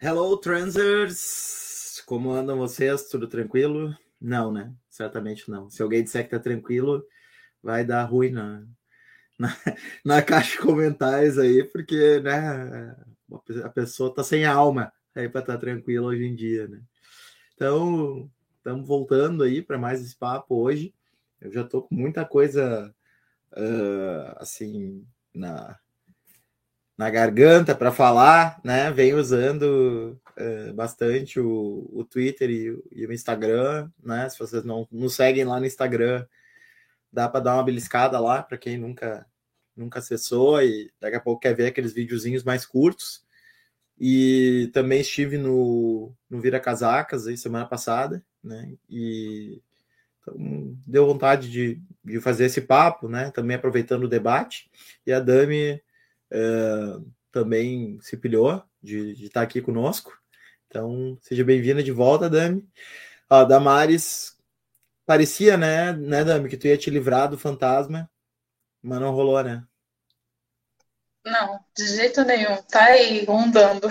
Hello, transers! Como andam vocês? Tudo tranquilo? Não, né? Certamente não. Se alguém disser que tá tranquilo, vai dar ruim na, na caixa de comentários aí, porque, né, a pessoa tá sem alma aí para estar tranquila hoje em dia, né? Então, estamos voltando aí para mais esse papo hoje. Eu já tô com muita coisa, assim, na garganta para falar, né? Venho usando bastante o Twitter e o Instagram, né? Se vocês não nos seguem lá no Instagram, dá para dar uma beliscada lá para quem nunca acessou e daqui a pouco quer ver aqueles videozinhos mais curtos. E também estive no Vira Casacas aí semana passada, né? E então, deu vontade de fazer esse papo, né? Também aproveitando o debate. E a Dami também se pilhou de estar aqui conosco. Então, seja bem-vinda de volta, Dami. A Damares parecia, né, Dami, que tu ia te livrar do fantasma, mas não rolou, né? Não, de jeito nenhum. Tá aí, rondando.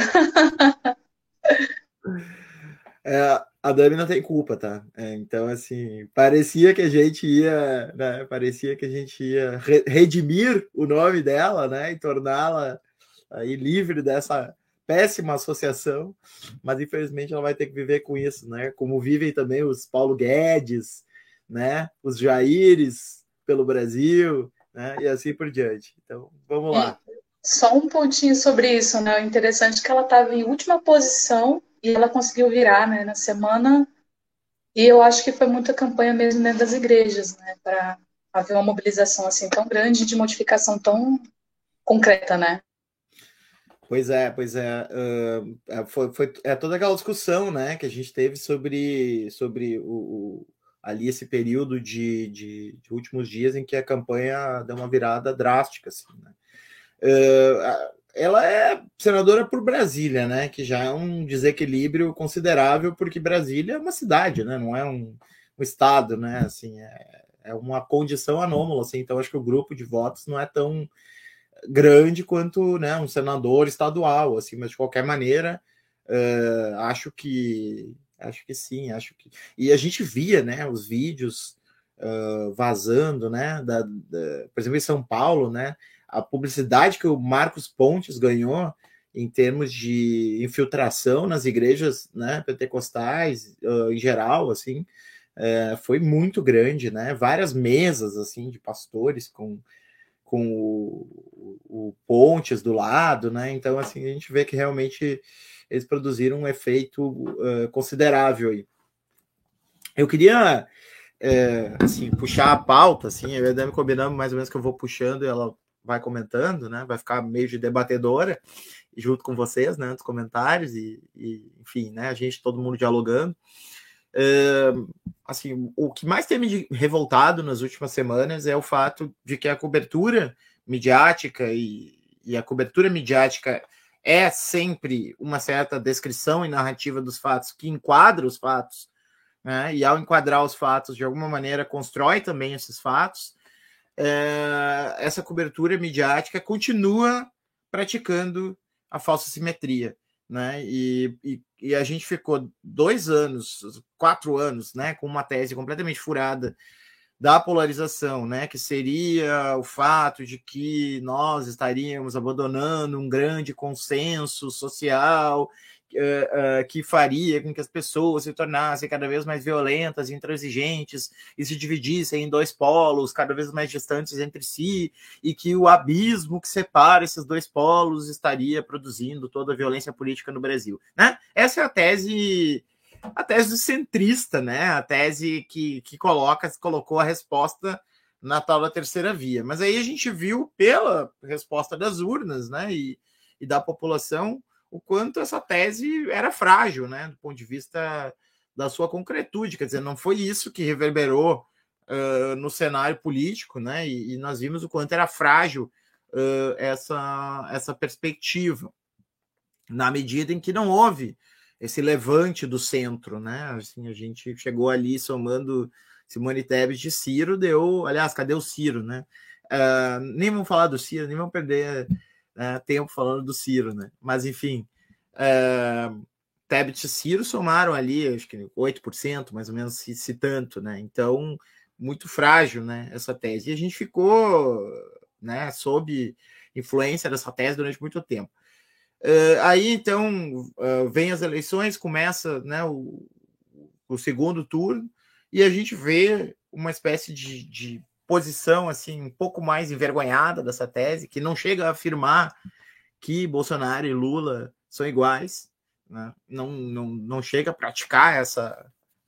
A Dami não tem culpa, tá? Então, assim, parecia que a gente ia, né? Parecia que a gente ia redimir o nome dela, né? E torná-la aí livre dessa péssima associação, mas infelizmente ela vai ter que viver com isso, né? Como vivem também os Paulo Guedes, né? Os Jaires pelo Brasil, né? E assim por diante. Então, vamos E lá. só um pontinho sobre isso, né? O interessante é que ela estava em última posição e ela conseguiu virar, né, na semana. E eu acho que foi muita campanha mesmo dentro das igrejas, né? Para haver uma mobilização assim tão grande de modificação tão concreta, né? Pois é. Foi toda aquela discussão, né, que a gente teve sobre ali esse período de últimos dias em que a campanha deu uma virada drástica, assim, né? Ela é senadora por Brasília, né, que já é um desequilíbrio considerável, porque Brasília é uma cidade, né, não é um estado, né, assim, é uma condição anômala, assim, então acho que o grupo de votos não é tão grande quanto, né, um senador estadual, assim, mas de qualquer maneira, acho que sim, acho que e a gente via, né, os vídeos vazando, né, por exemplo, em São Paulo, né, a publicidade que o Marcos Pontes ganhou em termos de infiltração nas igrejas, né, pentecostais, em geral, assim, foi muito grande, né, várias mesas, assim, de pastores com o Pontes do lado, né? Então, assim, a gente vê que realmente eles produziram um efeito considerável aí. Eu queria, assim, puxar a pauta, assim, eu e a Dami combinamos mais ou menos que eu vou puxando e ela vai comentando, né? Vai ficar meio de debatedora junto com vocês, né? Nos comentários enfim, né? A gente, todo mundo dialogando. Assim, o que mais tem me revoltado nas últimas semanas é o fato de que a cobertura midiática e a cobertura midiática é sempre uma certa descrição e narrativa dos fatos que enquadra os fatos, né? E ao enquadrar os fatos, de alguma maneira, constrói também esses fatos. Essa cobertura midiática continua praticando a falsa simetria, né? E a gente ficou 2 anos, 4 anos, né, com uma tese completamente furada da polarização, né, que seria o fato de que nós estaríamos abandonando um grande consenso social que faria com que as pessoas se tornassem cada vez mais violentas, intransigentes e se dividissem em dois polos cada vez mais distantes entre si, e que o abismo que separa esses dois polos estaria produzindo toda a violência política no Brasil, né? Essa é a tese centrista, né? A tese que colocou a resposta na tal da terceira via. Mas aí a gente viu pela resposta das urnas, né? E da população o quanto essa tese era frágil, né? Do ponto de vista da sua concretude. Quer dizer, não foi isso que reverberou no cenário político, né? E nós vimos o quanto era frágil essa perspectiva, na medida em que não houve esse levante do centro, né? Assim, a gente chegou ali somando Simone Tebet de Ciro, aliás, cadê o Ciro, né? Nem vamos falar do Ciro, nem vamos perder tempo falando do Ciro, né? Mas, enfim, Tebet e Ciro somaram ali, acho que 8%, mais ou menos, se tanto, né? Então, muito frágil, né, essa tese. E a gente ficou, né, sob influência dessa tese durante muito tempo. Aí, então, vem as eleições, começa, né, o segundo turno, e a gente vê uma espécie de posição assim um pouco mais envergonhada dessa tese, que não chega a afirmar que Bolsonaro e Lula são iguais, né? Não chega a praticar essa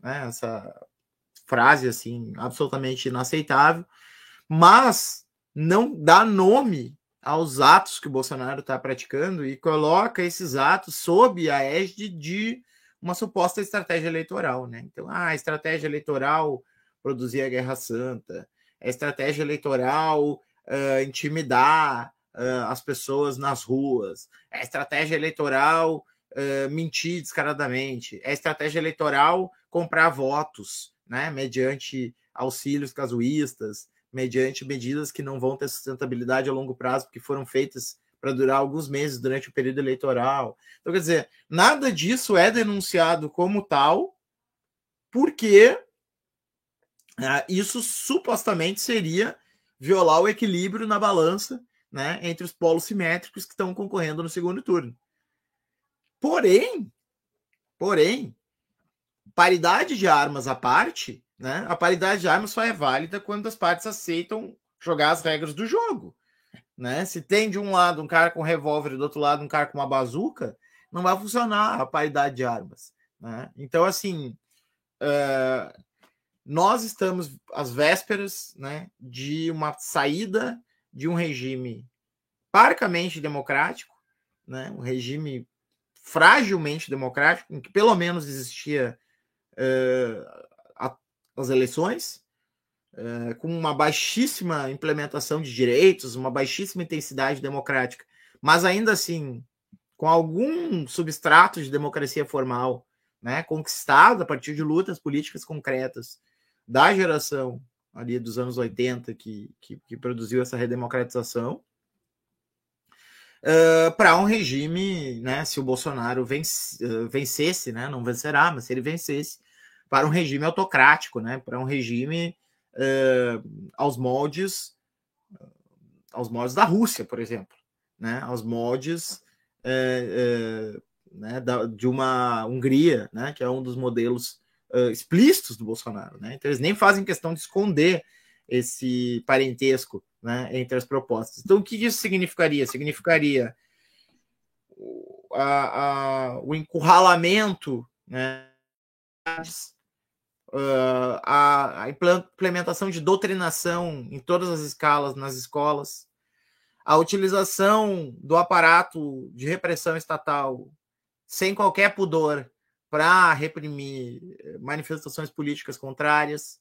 frase assim absolutamente inaceitável, mas não dá nome aos atos que o Bolsonaro está praticando e coloca esses atos sob a égide de uma suposta estratégia eleitoral, né? Então, a estratégia eleitoral produzir a Guerra Santa, a estratégia eleitoral intimidar as pessoas nas ruas, a estratégia eleitoral mentir descaradamente, a estratégia eleitoral comprar votos, né? Mediante auxílios casuístas, mediante medidas que não vão ter sustentabilidade a longo prazo, porque foram feitas para durar alguns meses durante o período eleitoral. Então, quer dizer, nada disso é denunciado como tal, porque isso supostamente seria violar o equilíbrio na balança, né, entre os polos simétricos que estão concorrendo no segundo turno. Porém, paridade de armas à parte, né, a paridade de armas só é válida quando as partes aceitam jogar as regras do jogo. Né? Se tem de um lado um cara com revólver e do outro lado um cara com uma bazuca, não vai funcionar a paridade de armas. Né? Então, assim, nós estamos às vésperas, né, de uma saída de um regime parcamente democrático, né, um regime fragilmente democrático, em que pelo menos existia as eleições, com uma baixíssima implementação de direitos, uma baixíssima intensidade democrática, mas ainda assim com algum substrato de democracia formal, né, conquistado a partir de lutas políticas concretas da geração ali dos anos 80 que produziu essa redemocratização, para um regime, né, se o Bolsonaro vencesse, né, não vencerá, mas se ele vencesse, para um regime autocrático, né, para um regime aos moldes da Rússia, por exemplo, né, aos moldes né, de uma Hungria, né, que é um dos modelos explícitos do Bolsonaro, né? Então eles nem fazem questão de esconder esse parentesco, né, entre as propostas. Então o que isso significaria? Significaria o encurralamento, né, a implementação de doutrinação em todas as escalas nas escolas, a utilização do aparato de repressão estatal sem qualquer pudor para reprimir manifestações políticas contrárias,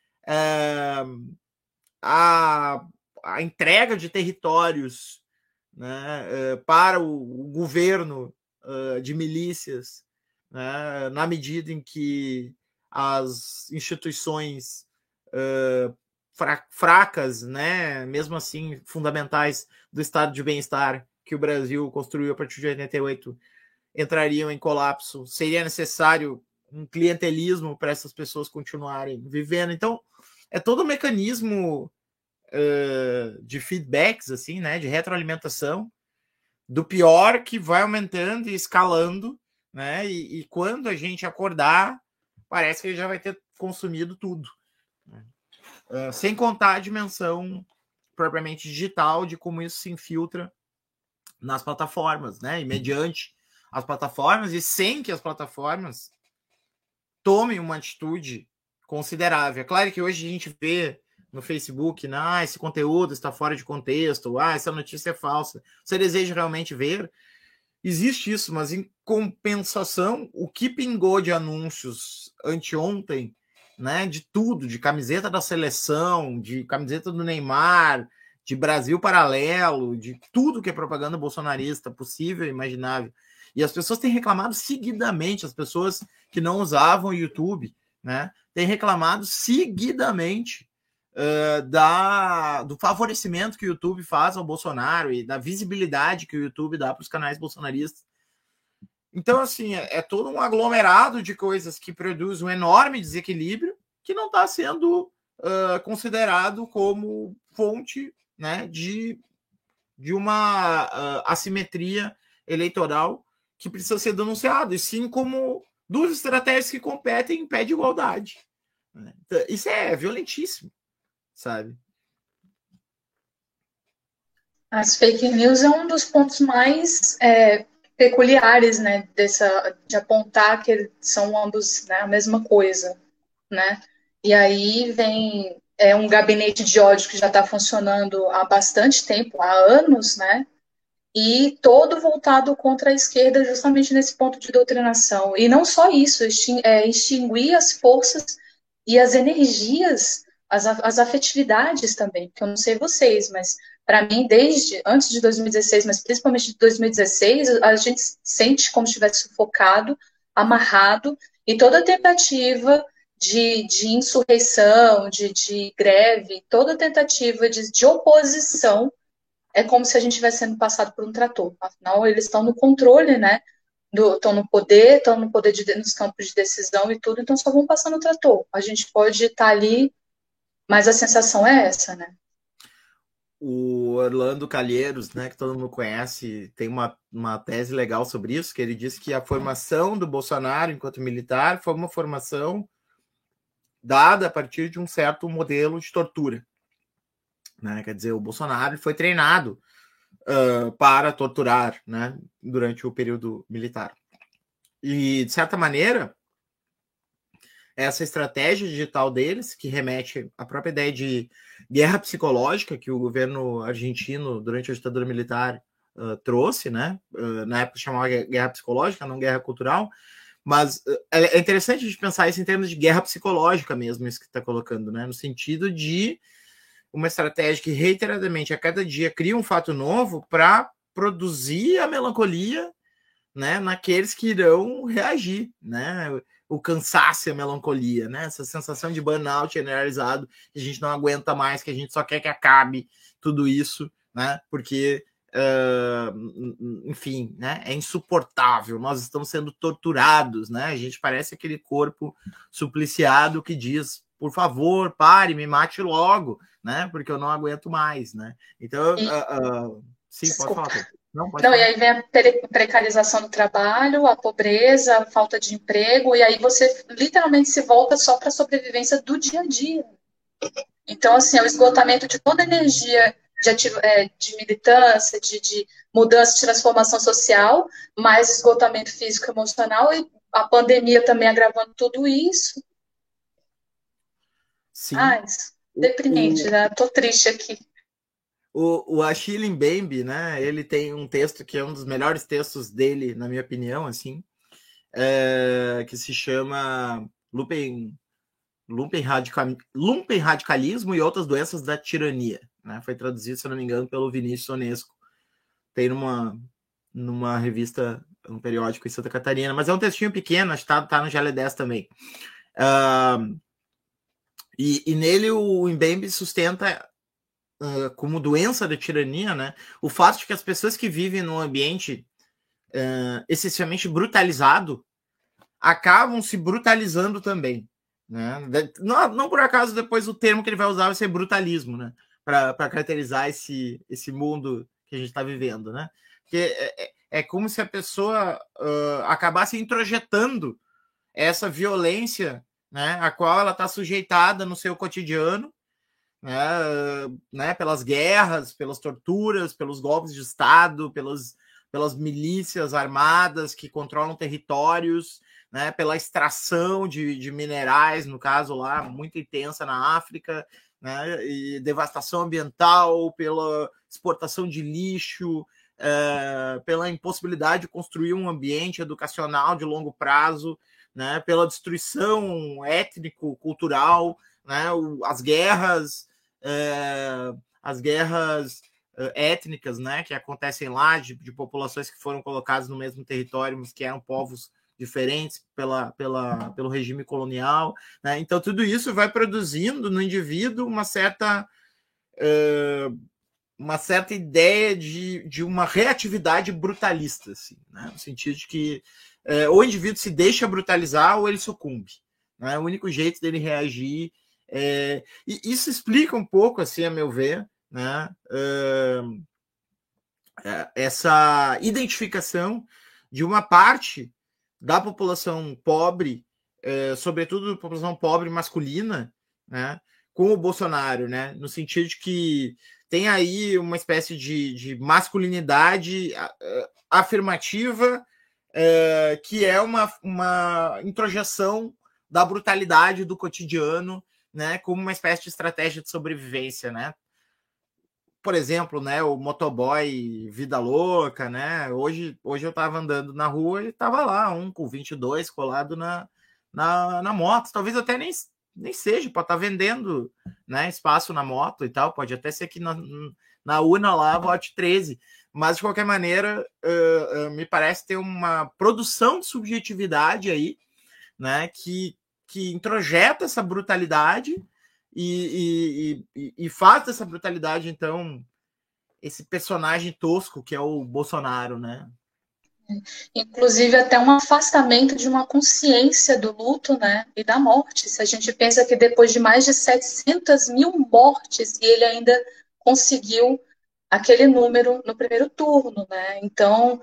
a entrega de territórios, né, para o governo de milícias, né, na medida em que as instituições fracas, né, mesmo assim fundamentais do estado de bem-estar que o Brasil construiu a partir de 88 entrariam em colapso. Seria necessário um clientelismo para essas pessoas continuarem vivendo. Então, é todo um mecanismo de feedbacks, assim, né, de retroalimentação do pior que vai aumentando e escalando, né, e quando a gente acordar, parece que ele já vai ter consumido tudo. Sem contar a dimensão propriamente digital de como isso se infiltra nas plataformas, né, e mediante as plataformas, e sem que as plataformas tomem uma atitude considerável. É claro que hoje a gente vê no Facebook, né, esse conteúdo está fora de contexto, essa notícia é falsa. Você deseja realmente ver? Existe isso, mas em compensação, o que pingou de anúncios anteontem, né, de tudo, de camiseta da seleção, de camiseta do Neymar, de Brasil Paralelo, de tudo que é propaganda bolsonarista possível e imaginável. E as pessoas têm reclamado seguidamente, as pessoas que não usavam o YouTube, né, têm reclamado seguidamente do favorecimento que o YouTube faz ao Bolsonaro e da visibilidade que o YouTube dá para os canais bolsonaristas. Então, assim, é todo um aglomerado de coisas que produz um enorme desequilíbrio que não está sendo considerado como fonte, né, de uma assimetria eleitoral que precisa ser denunciado, e sim como duas estratégias que competem em pé de igualdade. Então, isso é violentíssimo, sabe? As fake news é um dos pontos mais peculiares, né, de apontar que são ambos, né, a mesma coisa, né? E aí vem um gabinete de ódio que já está funcionando há bastante tempo, há anos, né? E todo voltado contra a esquerda, justamente nesse ponto de doutrinação. E não só isso, extinguir as forças e as energias, as afetividades também, que eu não sei vocês, mas para mim, desde antes de 2016, mas principalmente de 2016, a gente sente como se estivesse sufocado, amarrado, e toda tentativa de insurreição, de greve, toda tentativa de oposição é como se a gente estivesse sendo passado por um trator. Afinal, eles estão no controle, né? Estão no poder nos campos de decisão e tudo, então só vão passar no trator. A gente pode estar ali, mas a sensação é essa, né? O Orlando Calheiros, né, que todo mundo conhece, tem uma tese legal sobre isso, que ele diz que a formação do Bolsonaro enquanto militar foi uma formação dada a partir de um certo modelo de tortura. Né? Quer dizer, o Bolsonaro foi treinado para torturar, né, durante o período militar. E, de certa maneira, essa estratégia digital deles, que remete à própria ideia de guerra psicológica que o governo argentino, durante a ditadura militar, trouxe, né? Na época chamava guerra psicológica, não guerra cultural, mas é interessante a gente pensar isso em termos de guerra psicológica mesmo, isso que está colocando, né? No sentido de uma estratégia que reiteradamente a cada dia cria um fato novo para produzir a melancolia, né, naqueles que irão reagir, né? O cansaço e a melancolia, né? Essa sensação de burnout generalizado, que a gente não aguenta mais, que a gente só quer que acabe tudo isso, né? Porque, enfim, né? É insuportável. Nós estamos sendo torturados, né? A gente parece aquele corpo supliciado que diz: por favor, pare, me mate logo, né? Porque eu não aguento mais, né? Então, sim, Desculpa. pode falar. Não, e aí vem a precarização do trabalho, a pobreza, a falta de emprego, e aí você literalmente se volta só para a sobrevivência do dia a dia. Então, assim, é o esgotamento de toda a energia de militância, de mudança, de transformação social, mais esgotamento físico e emocional, e a pandemia também agravando tudo isso. Sim. Ai, deprimente, né? Tô triste aqui. O Achille Mbembe, né? Ele tem um texto que é um dos melhores textos dele, na minha opinião, assim, que se chama Lumpenradicalismo e outras doenças da tirania, né? Foi traduzido, se não me engano, pelo Vinícius Onesco. Tem numa revista, um periódico em Santa Catarina, mas é um textinho pequeno, acho que tá no GL10 também. E nele o Mbembe sustenta como doença da tirania, né, o fato de que as pessoas que vivem num ambiente excessivamente brutalizado acabam se brutalizando também, né? Não por acaso depois o termo que ele vai usar vai ser brutalismo, né, para caracterizar esse mundo que a gente está vivendo, né? Porque é como se a pessoa acabasse introjetando essa violência, né, a qual ela está sujeitada no seu cotidiano, né, pelas guerras, pelas torturas, pelos golpes de Estado, pelas milícias armadas que controlam territórios, né, pela extração de minerais, no caso lá, muito intensa na África, né, e devastação ambiental, pela exportação de lixo, pela impossibilidade de construir um ambiente educacional de longo prazo, né, pela destruição étnico-cultural, né, as guerras étnicas, né, que acontecem lá, de populações que foram colocadas no mesmo território, mas que eram povos diferentes pelo regime colonial, né? Então tudo isso vai produzindo no indivíduo uma certa uma certa ideia de uma reatividade brutalista, assim, né? No sentido de que ou o indivíduo se deixa brutalizar ou ele sucumbe. Né? O único jeito dele reagir. E isso explica um pouco, assim, a meu ver, né? Essa identificação de uma parte da população pobre, sobretudo população pobre masculina, né? Com o Bolsonaro, né? No sentido de que tem aí uma espécie de masculinidade afirmativa, que é uma introjeção da brutalidade do cotidiano, né, como uma espécie de estratégia de sobrevivência, né? Por exemplo, né, o motoboy vida louca, né? Hoje eu estava andando na rua e estava lá um com 22 colado na moto. Talvez até nem seja, pode estar vendendo, né, espaço na moto e tal, pode até ser que na urna lá vote 13, mas de qualquer maneira me parece ter uma produção de subjetividade aí, né, que introjeta essa brutalidade e faz dessa brutalidade, então, esse personagem tosco que é o Bolsonaro, né? Inclusive até um afastamento de uma consciência do luto, né, e da morte. Se a gente pensa que depois de mais de 700 mil mortes, e ele ainda conseguiu aquele número no primeiro turno, né? Então,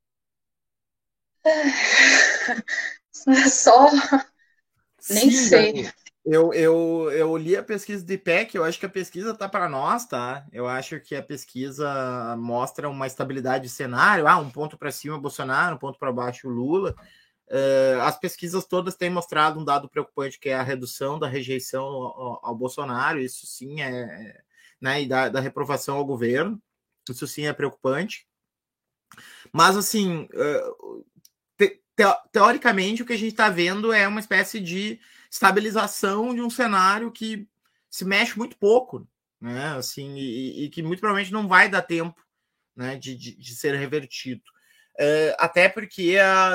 só nem Sim, sei. eu li a pesquisa do IPEC, eu acho que a pesquisa tá para nós, tá? Eu acho que a pesquisa mostra uma estabilidade de cenário, um ponto para cima Bolsonaro, um ponto para baixo Lula. As pesquisas todas têm mostrado um dado preocupante, que é a redução da rejeição ao Bolsonaro, isso sim né, e da reprovação ao governo, isso sim é preocupante. Mas, assim, teoricamente, o que a gente está vendo é uma espécie de estabilização de um cenário que se mexe muito pouco, né? Assim, e que muito provavelmente não vai dar tempo, né, de ser revertido. Até porque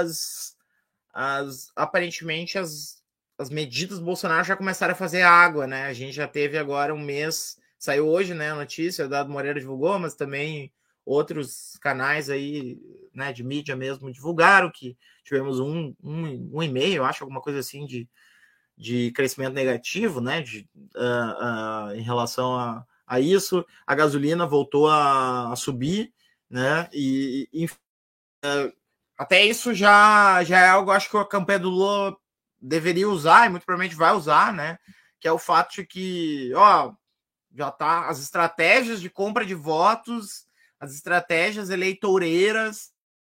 aparentemente as medidas do Bolsonaro já começaram a fazer água, né? A gente já teve agora um mês, saiu hoje, né, a notícia, o Dado Moreira divulgou, mas também outros canais aí, né, de mídia mesmo divulgaram que tivemos um e meio, eu acho, alguma coisa assim de crescimento negativo, né, em relação a isso. A gasolina voltou a subir, né, e até isso já é algo, acho que a campanha do Lula deveria usar, e muito provavelmente vai usar, né, que é o fato de que, já tá as estratégias de compra de votos, as estratégias eleitoreiras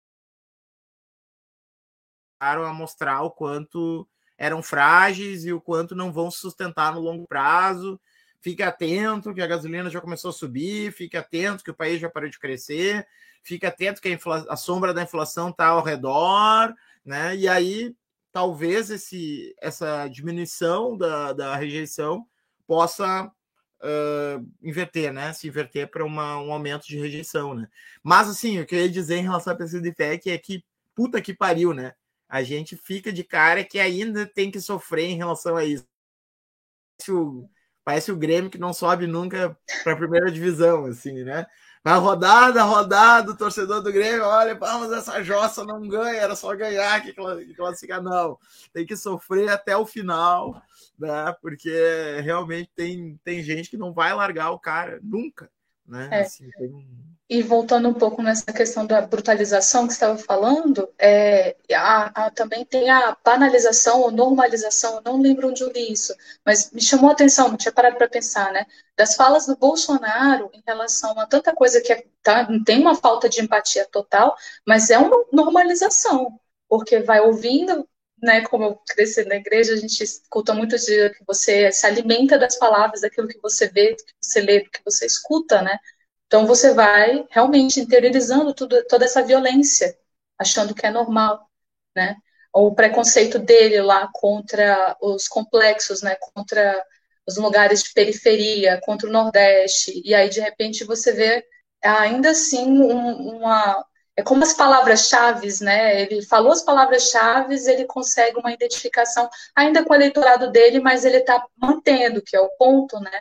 a mostrar o quanto eram frágeis e o quanto não vão se sustentar no longo prazo. Fique atento que a gasolina já começou a subir, fique atento que o país já parou de crescer, fique atento que a sombra da inflação está ao redor, né? E aí talvez essa diminuição da rejeição possa inverter, né? Se inverter para um aumento de rejeição, né? Mas, assim, o que eu ia dizer em relação à pesquisa de IPEC é que, puta que pariu, né? A gente fica de cara que ainda tem que sofrer em relação a isso. Parece o Grêmio que não sobe nunca para a primeira divisão, assim, né? Vai rodada, o torcedor do Grêmio, olha, mas essa jossa não ganha, era só ganhar que classificar, não. Tem que sofrer até o final, né? Porque realmente tem gente que não vai largar o cara nunca, né? Assim, E voltando um pouco nessa questão da brutalização que você estava falando, também tem a banalização ou normalização, eu não lembro onde eu li isso, mas me chamou a atenção, não tinha parado para pensar, né? Das falas do Bolsonaro em relação a tanta coisa que tem uma falta de empatia total, mas é uma normalização, porque vai ouvindo, né? Como eu cresci na igreja, a gente escuta muito de que você se alimenta das palavras, daquilo que você vê, do que você lê, do que você escuta, né? Então você vai realmente interiorizando toda essa violência, achando que é normal, né? O preconceito dele lá contra os complexos, né? Contra os lugares de periferia, contra o Nordeste, e aí de repente você vê ainda assim é como as palavras-chave, né? Ele falou as palavras-chave, ele consegue uma identificação ainda com o eleitorado dele, mas ele está mantendo, que é o ponto, né?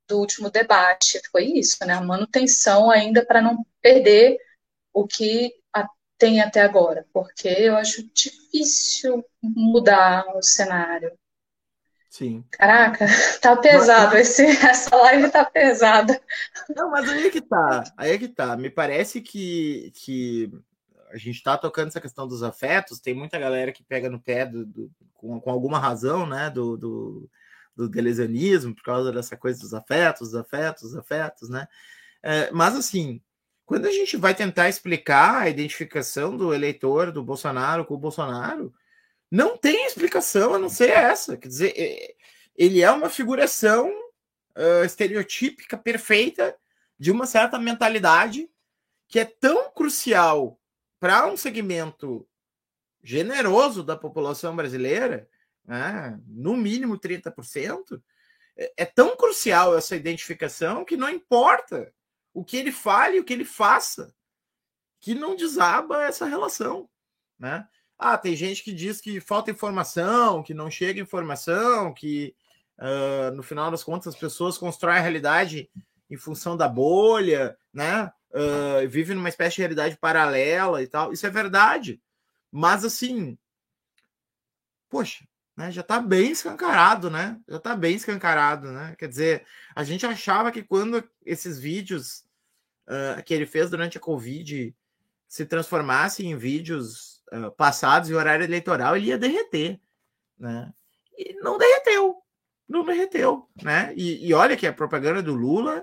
do último debate, foi isso, né? A manutenção ainda para não perder o que tem até agora, porque eu acho difícil mudar o cenário. Sim. Caraca, tá pesado, essa live tá pesada. Não, mas aí é que tá, aí é que tá. Me parece que a gente está tocando essa questão dos afetos, tem muita galera que pega no pé com alguma razão, né, do delezianismo, por causa dessa coisa dos afetos, né? Mas assim, quando a gente vai tentar explicar a identificação do eleitor do Bolsonaro com o Bolsonaro, não tem explicação a não ser essa. Quer dizer, ele é uma figuração estereotípica perfeita de uma certa mentalidade que é tão crucial para um segmento generoso da população brasileira, né, no mínimo 30%, é tão crucial essa identificação que não importa o que ele fale, o que ele faça, que não desaba essa relação, né? Tem gente que diz que falta informação, que não chega informação, que no final das contas as pessoas constroem a realidade em função da bolha, né? Vive numa espécie de realidade paralela e tal. Isso é verdade. Mas assim, poxa, né, já está bem escancarado, né? Já está bem escancarado, né? Quer dizer, a gente achava que quando esses vídeos que ele fez durante a Covid se transformassem em vídeos passados em horário eleitoral, ele ia derreter, né? E não derreteu. Não derreteu, né? E olha que a propaganda do Lula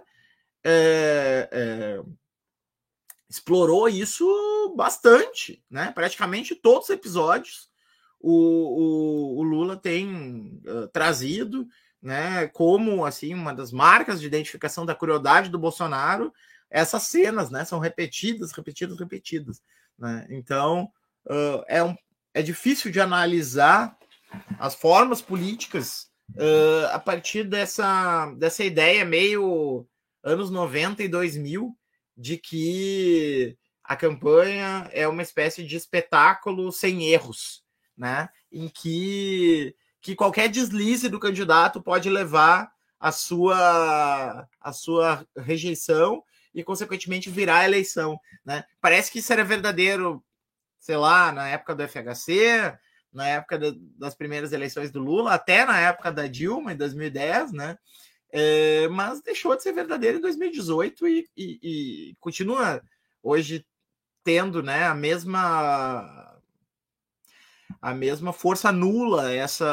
explorou isso bastante, né? Praticamente todos os episódios o Lula tem trazido, né? Como assim uma das marcas de identificação da crueldade do Bolsonaro, essas cenas, né? São repetidas, né? Então é difícil de analisar as formas políticas a partir dessa ideia meio anos 90 e 2000 de que a campanha é uma espécie de espetáculo sem erros, né? Em que qualquer deslize do candidato pode levar a sua rejeição e, consequentemente, virar a eleição, né? Parece que isso era verdadeiro, sei lá, na época do FHC, na época das primeiras eleições do Lula, até na época da Dilma, em 2010, né? Mas deixou de ser verdadeiro em 2018 e continua hoje tendo, né, a mesma força nula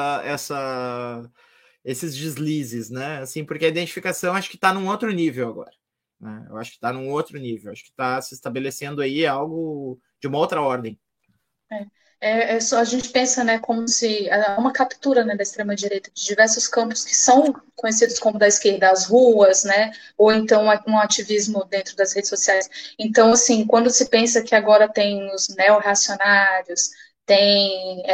esses deslizes, né? Assim, porque a identificação acho que está num outro nível agora, né? Eu acho que está num outro nível, acho que está se estabelecendo aí algo de uma outra ordem. Só, a gente pensa, né, como se uma captura, né, da extrema-direita de diversos campos que são conhecidos como da esquerda, as ruas, né, ou então um ativismo dentro das redes sociais. Então, assim, quando se pensa que agora tem os neo-reacionários, tem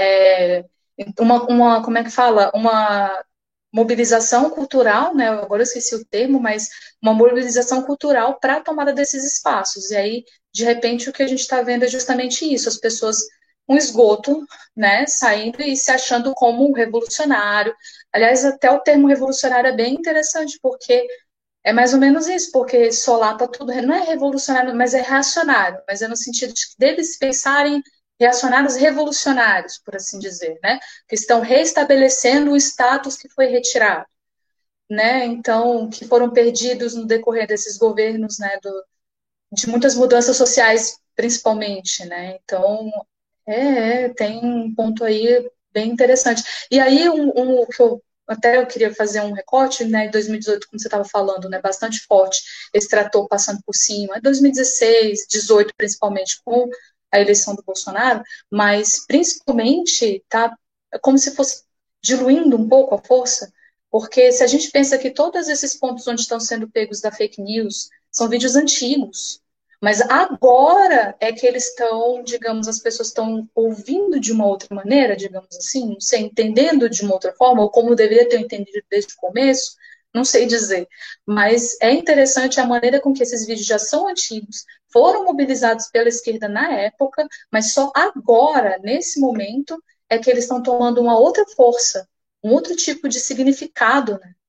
como é que fala? Uma mobilização cultural, né, agora eu esqueci o termo, mas uma mobilização cultural para a tomada desses espaços. E aí, de repente, o que a gente está vendo é justamente isso, as pessoas um esgoto, né, saindo e se achando como um revolucionário. Aliás, até o termo revolucionário é bem interessante, porque é mais ou menos isso, porque solapa tudo, não é revolucionário, mas é reacionário, mas é no sentido de deles pensarem reacionários revolucionários, por assim dizer, né, que estão restabelecendo o status que foi retirado, né, então, que foram perdidos no decorrer desses governos, né, de muitas mudanças sociais, principalmente, né, então, tem um ponto aí bem interessante. E aí, que eu queria fazer um recorte, né, em 2018, como você estava falando, né, bastante forte, esse trator passando por cima, 2016, 18, principalmente, com a eleição do Bolsonaro, mas, principalmente, tá como se fosse diluindo um pouco a força, porque se a gente pensa que todos esses pontos onde estão sendo pegos da fake news são vídeos antigos, mas agora é que eles estão, digamos, as pessoas estão ouvindo de uma outra maneira, digamos assim, não sei, entendendo de uma outra forma, ou como deveria ter entendido desde o começo, não sei dizer. Mas é interessante a maneira com que esses vídeos já são antigos, foram mobilizados pela esquerda na época, mas só agora, nesse momento, é que eles estão tomando uma outra força, um outro tipo de significado, né?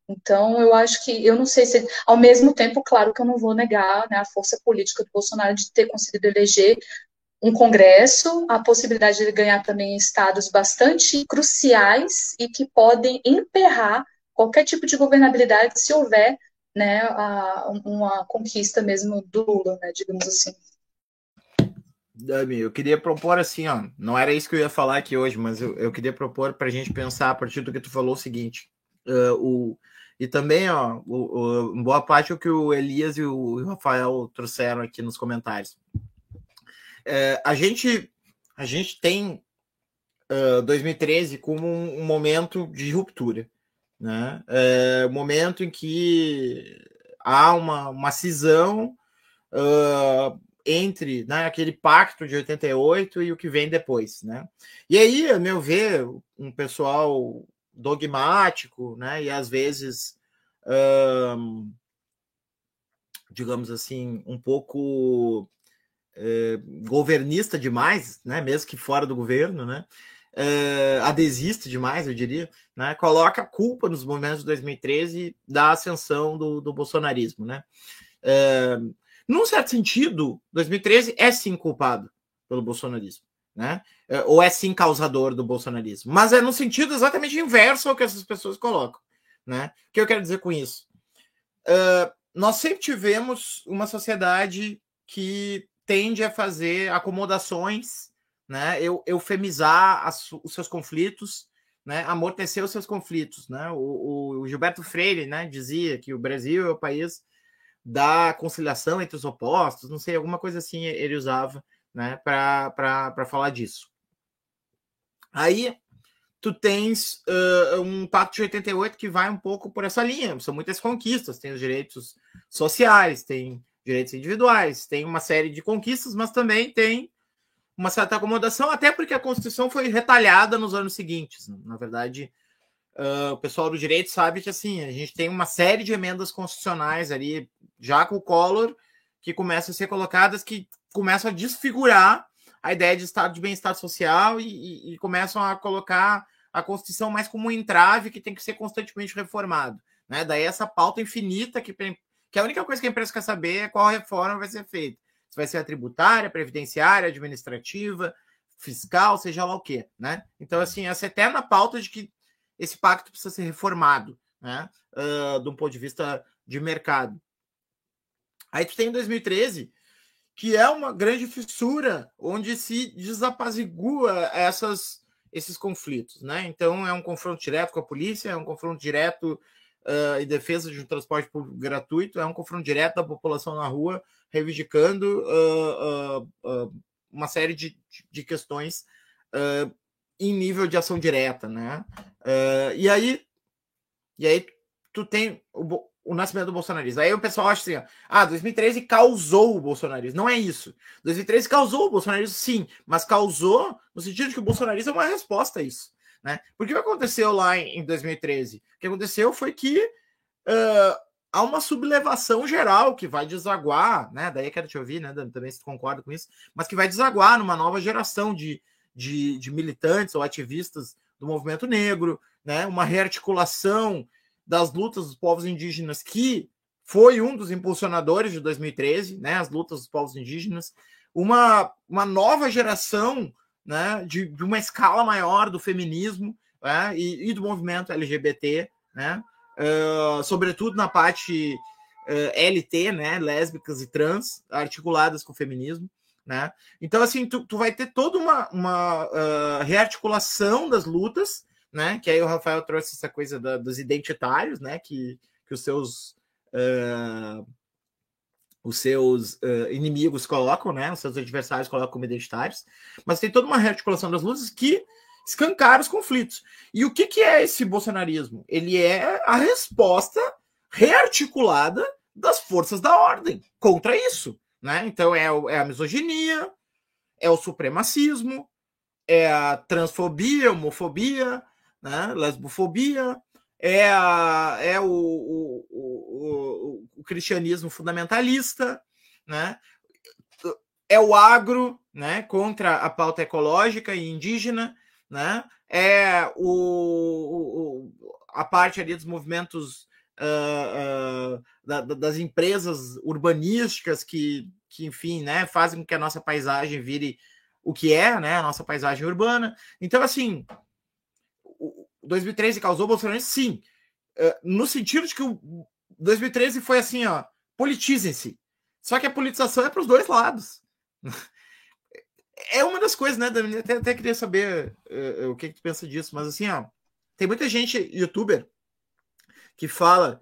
Então, eu acho que, eu não sei se, ao mesmo tempo, claro que eu não vou negar, né, a força política do Bolsonaro de ter conseguido eleger um Congresso, a possibilidade de ele ganhar também estados bastante cruciais e que podem emperrar qualquer tipo de governabilidade se houver, né, uma conquista mesmo do Lula, né, digamos assim. Dami, eu queria propor assim, ó, não era isso que eu ia falar aqui hoje, mas eu queria propor para a gente pensar a partir do que tu falou o seguinte, e também, ó, boa parte o que o Elias e o Rafael trouxeram aqui nos comentários. A gente tem 2013 como um momento de ruptura, né? Um momento em que há uma cisão entre, né, aquele pacto de 88 e o que vem depois, né? E aí, a meu ver, um pessoal dogmático, né, e às vezes, digamos assim, um pouco governista demais, né, mesmo que fora do governo, né, adesista demais, eu diria, né, coloca a culpa nos movimentos de 2013 da ascensão do bolsonarismo, né? Num certo sentido, 2013 é sim culpado pelo bolsonarismo, né? Ou é sim causador do bolsonarismo, mas é no sentido exatamente inverso ao que essas pessoas colocam, né? O que eu quero dizer com isso? Nós sempre tivemos uma sociedade que tende a fazer acomodações, né? Eufemizar os seus conflitos, né? Amortecer os seus conflitos, né? O Gilberto Freire, né, dizia que o Brasil é o país da conciliação entre os opostos, não sei, alguma coisa assim ele usava, né, para falar disso. Aí tu tens um pacto de 88 que vai um pouco por essa linha, são muitas conquistas, tem os direitos sociais, tem direitos individuais, tem uma série de conquistas, mas também tem uma certa acomodação, até porque a Constituição foi retalhada nos anos seguintes. Na verdade, o pessoal do direito sabe que assim, a gente tem uma série de emendas constitucionais ali, já com o Collor, que começam a ser colocadas, que começam a desfigurar a ideia de estado de bem-estar social e começam a colocar a Constituição mais como um entrave que tem que ser constantemente reformado. Né? Daí essa pauta infinita que a única coisa que a empresa quer saber é qual reforma vai ser feita. Se vai ser a tributária, previdenciária, administrativa, fiscal, seja lá o quê. Né? Então, assim, essa eterna pauta de que esse pacto precisa ser reformado, né? De um ponto de vista de mercado. Aí tu tem em 2013, que é uma grande fissura, onde se desapazigua esses conflitos, né? Então é um confronto direto com a polícia, é um confronto direto em defesa de um transporte público gratuito, é um confronto direto da população na rua, reivindicando uma série de questões em nível de ação direta, né? E aí tu tem o nascimento do bolsonarismo. Aí o pessoal acha assim, 2013 causou o bolsonarismo. Não é isso. 2013 causou o bolsonarismo, sim, mas causou no sentido de que o bolsonarismo é uma resposta a isso. Né? Porque o que aconteceu lá em 2013? O que aconteceu foi que há uma sublevação geral que vai desaguar, né? Daí eu quero te ouvir, né? Também se tu concorda com isso, mas que vai desaguar numa nova geração de militantes ou ativistas do movimento negro, né? Uma rearticulação das lutas dos povos indígenas, que foi um dos impulsionadores de 2013, né? As lutas dos povos indígenas, uma nova geração, né? De uma escala maior do feminismo, né? E do movimento LGBT, né? Sobretudo na parte LT, né? Lésbicas e trans, articuladas com o feminismo. Né? Então, assim, tu vai ter toda uma rearticulação das lutas, né? Que aí o Rafael trouxe essa coisa dos identitários, né? Que os seus inimigos colocam, né? Os seus adversários colocam como identitários, mas tem toda uma rearticulação das lutas que escancara os conflitos. E o que é esse bolsonarismo? Ele é a resposta rearticulada das forças da ordem contra isso. Né? Então é a misoginia, é o supremacismo, é a transfobia, homofobia, né? Lesbofobia, é o cristianismo fundamentalista, né? É o agro, né? Contra a pauta ecológica e indígena, né? É a parte ali dos movimentos das empresas urbanísticas que enfim, né, fazem com que a nossa paisagem vire o que é, né, a nossa paisagem urbana. Então, assim, o 2013 causou bolsonarismo? Sim. No sentido de que o 2013 foi assim, ó, politizem-se. Só que a politização é para os dois lados. É uma das coisas, né, Dani? Até queria saber o que tu pensa disso, mas assim, ó, tem muita gente, youtuber, que fala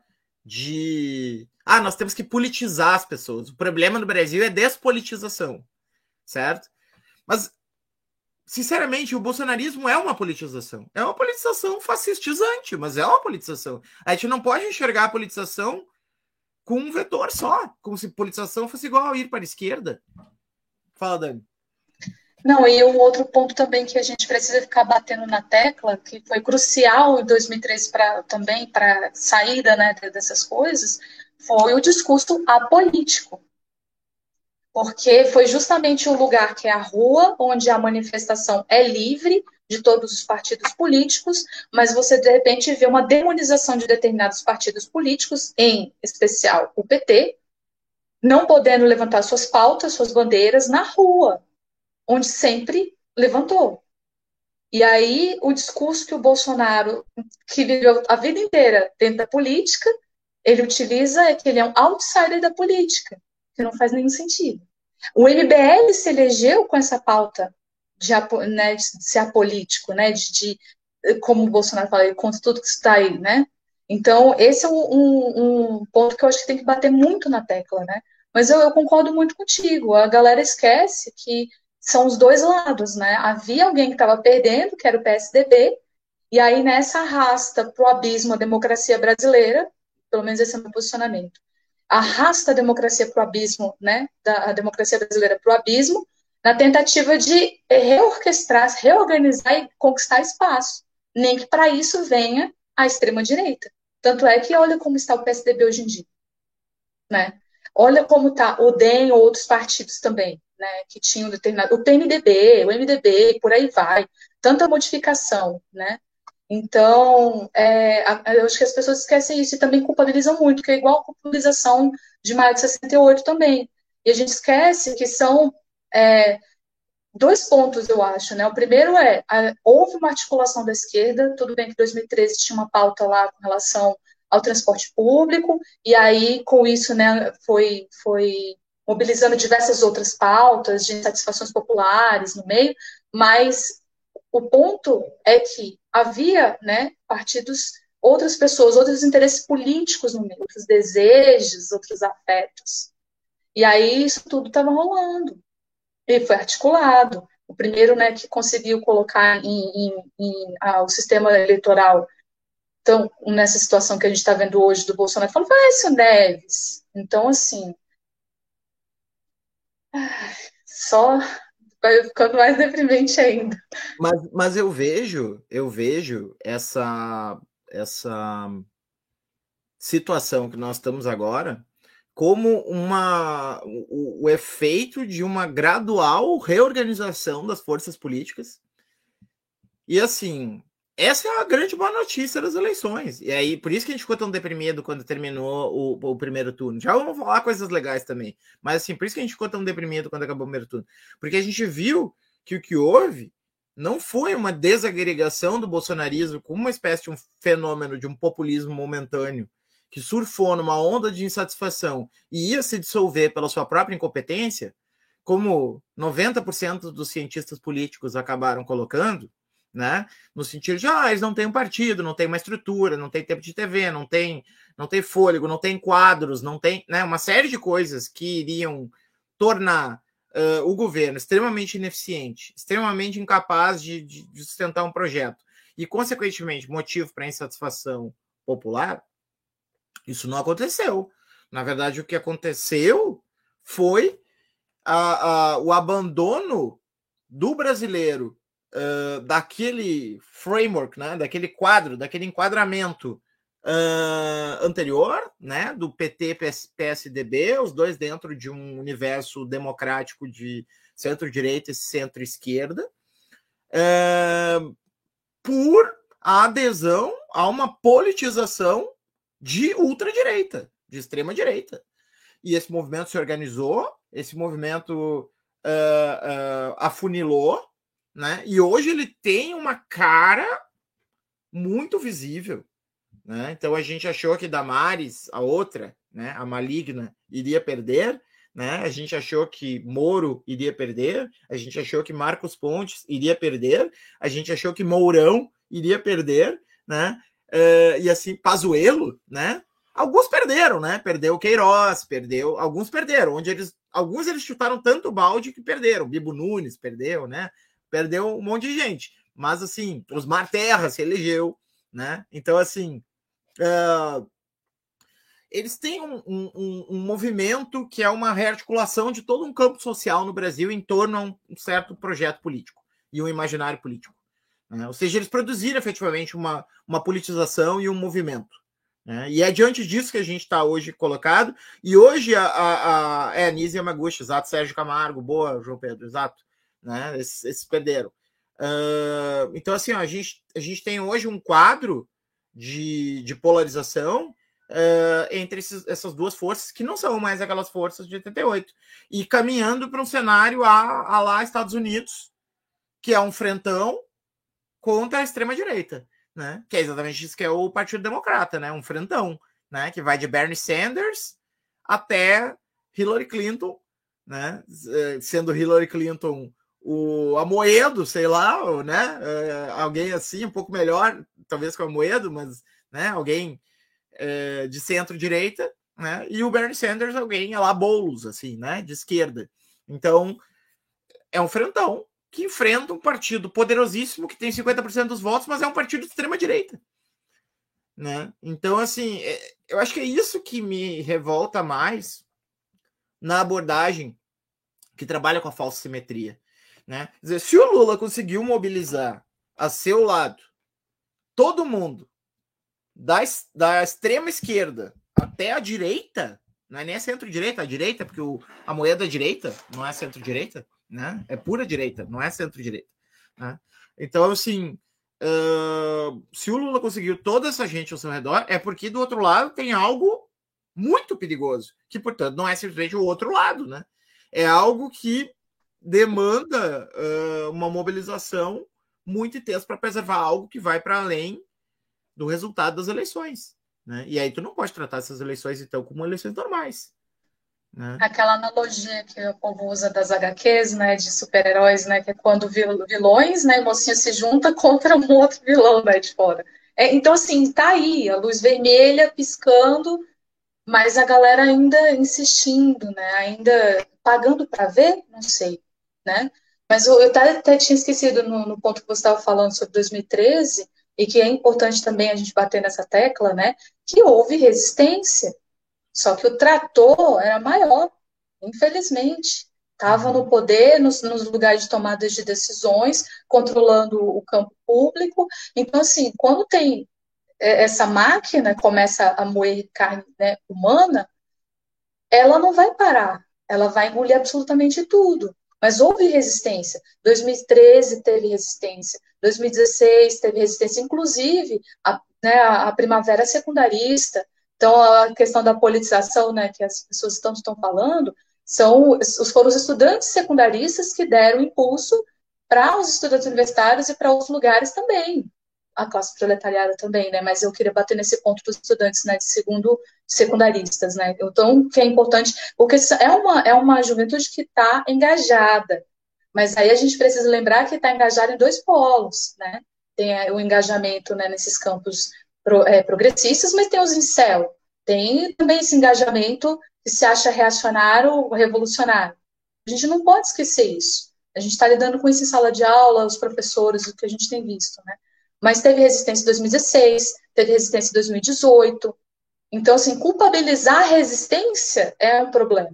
de nós temos que politizar as pessoas. O problema no Brasil é despolitização, certo? Mas, sinceramente, o bolsonarismo é uma politização. É uma politização fascistizante, mas é uma politização. A gente não pode enxergar a politização com um vetor só, como se politização fosse igual a ir para a esquerda. Fala, Dani. Não, e um outro ponto também que a gente precisa ficar batendo na tecla, que foi crucial em 2013 também para a saída, né, dessas coisas, foi o discurso apolítico. Porque foi justamente o lugar que é a rua, onde a manifestação é livre de todos os partidos políticos, mas você, de repente, vê uma demonização de determinados partidos políticos, em especial o PT, não podendo levantar suas pautas, suas bandeiras na rua, onde sempre levantou. E aí, o discurso que o Bolsonaro, que viveu a vida inteira dentro da política, ele utiliza é que ele é um outsider da política, que não faz nenhum sentido. O MBL se elegeu com essa pauta de ser apolítico, né, como o Bolsonaro fala, contra tudo que está aí, né? Então, esse é um ponto que eu acho que tem que bater muito na tecla, né? Mas eu concordo muito contigo. A galera esquece que são os dois lados, né? Havia alguém que estava perdendo, que era o PSDB, e aí nessa arrasta para o abismo a democracia brasileira, pelo menos esse é o meu posicionamento, arrasta a democracia para o abismo, né? A democracia brasileira para o abismo, na tentativa de reorquestrar, reorganizar e conquistar espaço. Nem que para isso venha a extrema-direita. Tanto é que olha como está o PSDB hoje em dia, né? Olha como está o DEM ou outros partidos também, né? Que tinham determinado. O PMDB, o MDB, por aí vai. Tanta modificação, né? Então, eu acho que as pessoas esquecem isso e também culpabilizam muito, que é igual a culpabilização de maio de 68 também. E a gente esquece que são dois pontos, eu acho, né? O primeiro houve uma articulação da esquerda, tudo bem que em 2013 tinha uma pauta lá com relação ao transporte público, e aí, com isso, né, foi mobilizando diversas outras pautas de insatisfações populares no meio, mas o ponto é que havia, né, partidos, outras pessoas, outros interesses políticos no meio, outros desejos, outros afetos. E aí isso tudo estava rolando. E foi articulado. O primeiro, né, que conseguiu colocar o sistema eleitoral então, nessa situação que a gente está vendo hoje do Bolsonaro, falou, vai, Aécio Neves. Então, assim, só vai ficando mais deprimente ainda. Mas eu vejo essa situação que nós estamos agora como o efeito de uma gradual reorganização das forças políticas. E assim, essa é a grande boa notícia das eleições. E aí, por isso que a gente ficou tão deprimido quando terminou o primeiro turno. Já vamos falar coisas legais também. Mas assim, por isso que a gente ficou tão deprimido quando acabou o primeiro turno. Porque a gente viu que o que houve não foi uma desagregação do bolsonarismo como uma espécie de um fenômeno de um populismo momentâneo que surfou numa onda de insatisfação e ia se dissolver pela sua própria incompetência, como 90% dos cientistas políticos acabaram colocando, né? No sentido de, eles não têm um partido, não tem uma estrutura, não tem tempo de TV, não tem fôlego, não tem quadros, não tem, né, uma série de coisas que iriam tornar o governo extremamente ineficiente, extremamente incapaz de sustentar um projeto e, consequentemente, motivo para insatisfação popular. Isso não aconteceu. Na verdade, o que aconteceu foi o abandono do brasileiro daquele framework, né, daquele quadro, daquele enquadramento anterior, né, do PT, PSDB, os dois dentro de um universo democrático de centro-direita e centro-esquerda, por a adesão a uma politização de ultradireita, de extrema-direita. E esse movimento se organizou, esse movimento afunilou, né? E hoje ele tem uma cara muito visível, né? Então a gente achou que Damares, a outra, né, a maligna, iria perder, né? A gente achou que Moro iria perder, a gente achou que Marcos Pontes iria perder, a gente achou que Mourão iria perder, né? E assim, Pazuello, né? Alguns perderam, né? Perdeu o Queiroz, alguns perderam, alguns eles chutaram tanto o balde que perderam. Bibo Nunes perdeu, né? Perdeu um monte de gente. Mas assim, Osmar Terra se elegeu, né? Então, assim, eles têm um movimento que é uma rearticulação de todo um campo social no Brasil em torno a um certo projeto político e um imaginário político, né? Ou seja, eles produziram efetivamente uma politização e um movimento, né? E é diante disso que a gente está hoje colocado. E hoje a Nise Yamaguchi, exato, Sérgio Camargo, boa, João Pedro, exato, né? Esses perderam. Então, assim, ó, a gente tem hoje um quadro de polarização entre essas duas forças, que não são mais aquelas forças de 88, e caminhando para um cenário a lá Estados Unidos, que é um frentão contra a extrema-direita, né? Que é exatamente isso que é o Partido Democrata, né? Um frentão, né? Que vai de Bernie Sanders até Hillary Clinton, né? Sendo Hillary Clinton o Amoedo, sei lá, né? Alguém assim, um pouco melhor, talvez que o Amoedo, mas, né? Alguém de centro-direita, né? E o Bernie Sanders, alguém lá Boulos, assim, né? De esquerda. Então, é um frentão que enfrenta um partido poderosíssimo que tem 50% dos votos, mas é um partido de extrema-direita, né? Então, assim, eu acho que é isso que me revolta mais na abordagem que trabalha com a falsa simetria, né? Quer dizer, se o Lula conseguiu mobilizar a seu lado todo mundo, da extrema esquerda até a direita, não é nem a centro-direita, a direita, porque a moeda é direita, não é centro-direita, né? É pura direita, não é centro-direita, né? Então, assim, se o Lula conseguiu toda essa gente ao seu redor, é porque do outro lado tem algo muito perigoso, que, portanto, não é simplesmente o outro lado, né? É algo que demanda uma mobilização muito intensa para preservar algo que vai para além do resultado das eleições, né? E aí tu não pode tratar essas eleições, então, como eleições normais, né? Aquela analogia que o povo usa das HQs, né, de super-heróis, né, que é quando vilões, né, mocinho se junta contra um outro vilão, né, de fora. Então, assim, tá aí, a luz vermelha piscando, mas a galera ainda insistindo, né, ainda pagando para ver, não sei, né? Mas eu até tinha esquecido no ponto que você estava falando sobre 2013, e que é importante também a gente bater nessa tecla, né, que houve resistência, só que o trator era maior, infelizmente. Estava no poder, nos lugares de tomada de decisões, controlando o campo público. Então, assim, quando tem essa máquina começa a moer carne, né, humana, ela não vai parar, ela vai engolir absolutamente tudo. Mas houve resistência. 2013 teve resistência, 2016 teve resistência, inclusive né, a primavera secundarista. Então, a questão da politização, né, que as pessoas estão falando, foram os estudantes secundaristas que deram impulso para os estudantes universitários e para outros lugares também, a classe proletariada também, né? Mas eu queria bater nesse ponto dos estudantes, né, de secundaristas, né? Então, que é importante, porque é uma juventude que está engajada, mas aí a gente precisa lembrar que está engajada em dois polos, né? Tem o engajamento, né, nesses campos progressistas, mas tem os incel, tem também esse engajamento que se acha reacionário, revolucionário. A gente não pode esquecer isso. A gente está lidando com isso em sala de aula, os professores, o que a gente tem visto, né? Mas teve resistência em 2016, teve resistência em 2018. Então, assim, culpabilizar a resistência é um problema.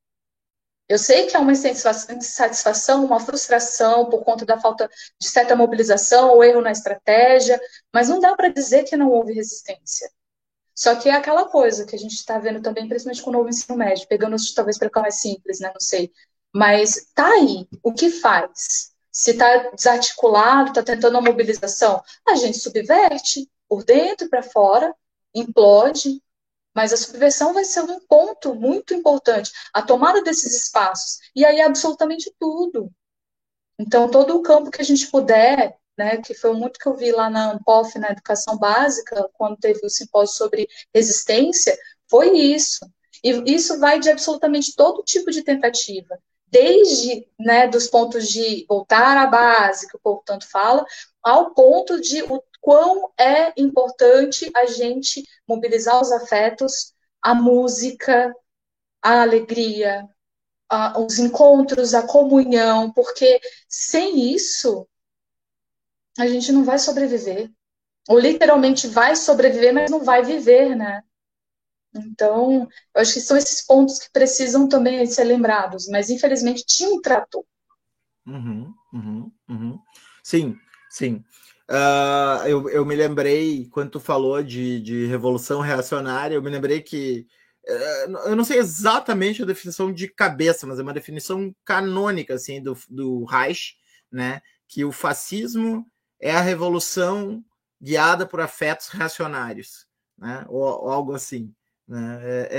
Eu sei que é uma insatisfação, uma frustração por conta da falta de certa mobilização ou erro na estratégia, mas não dá para dizer que não houve resistência. Só que é aquela coisa que a gente está vendo também, principalmente com o novo ensino médio, pegando talvez para ficar mais simples, né? Não sei. Mas tá aí. O que faz? Se está desarticulado, está tentando uma mobilização, a gente subverte por dentro e para fora. implode, mas a subversão vai ser um ponto muito importante, a tomada desses espaços, e aí absolutamente tudo. Então, todo o campo que a gente puder, né, que foi muito que eu vi lá na Ampof, na educação básica, quando teve o simpósio sobre resistência, foi isso. E isso vai de absolutamente todo tipo de tentativa, desde, né, dos pontos de voltar à base, que o povo tanto fala, ao ponto de o quão é importante a gente mobilizar os afetos, a música, a alegria, os encontros, a comunhão, porque sem isso a gente não vai sobreviver. Ou literalmente vai sobreviver, mas não vai viver, né? Então, eu acho que são esses pontos que precisam também ser lembrados. Mas, infelizmente, tinha um trator. Uhum, uhum, uhum. Sim, sim. Eu me lembrei, quando tu falou de revolução reacionária, eu me lembrei que eu não sei exatamente a definição de cabeça, mas é uma definição canônica assim, do Reich, né? Que o fascismo é a revolução guiada por afetos reacionários, né? Ou algo assim. Né?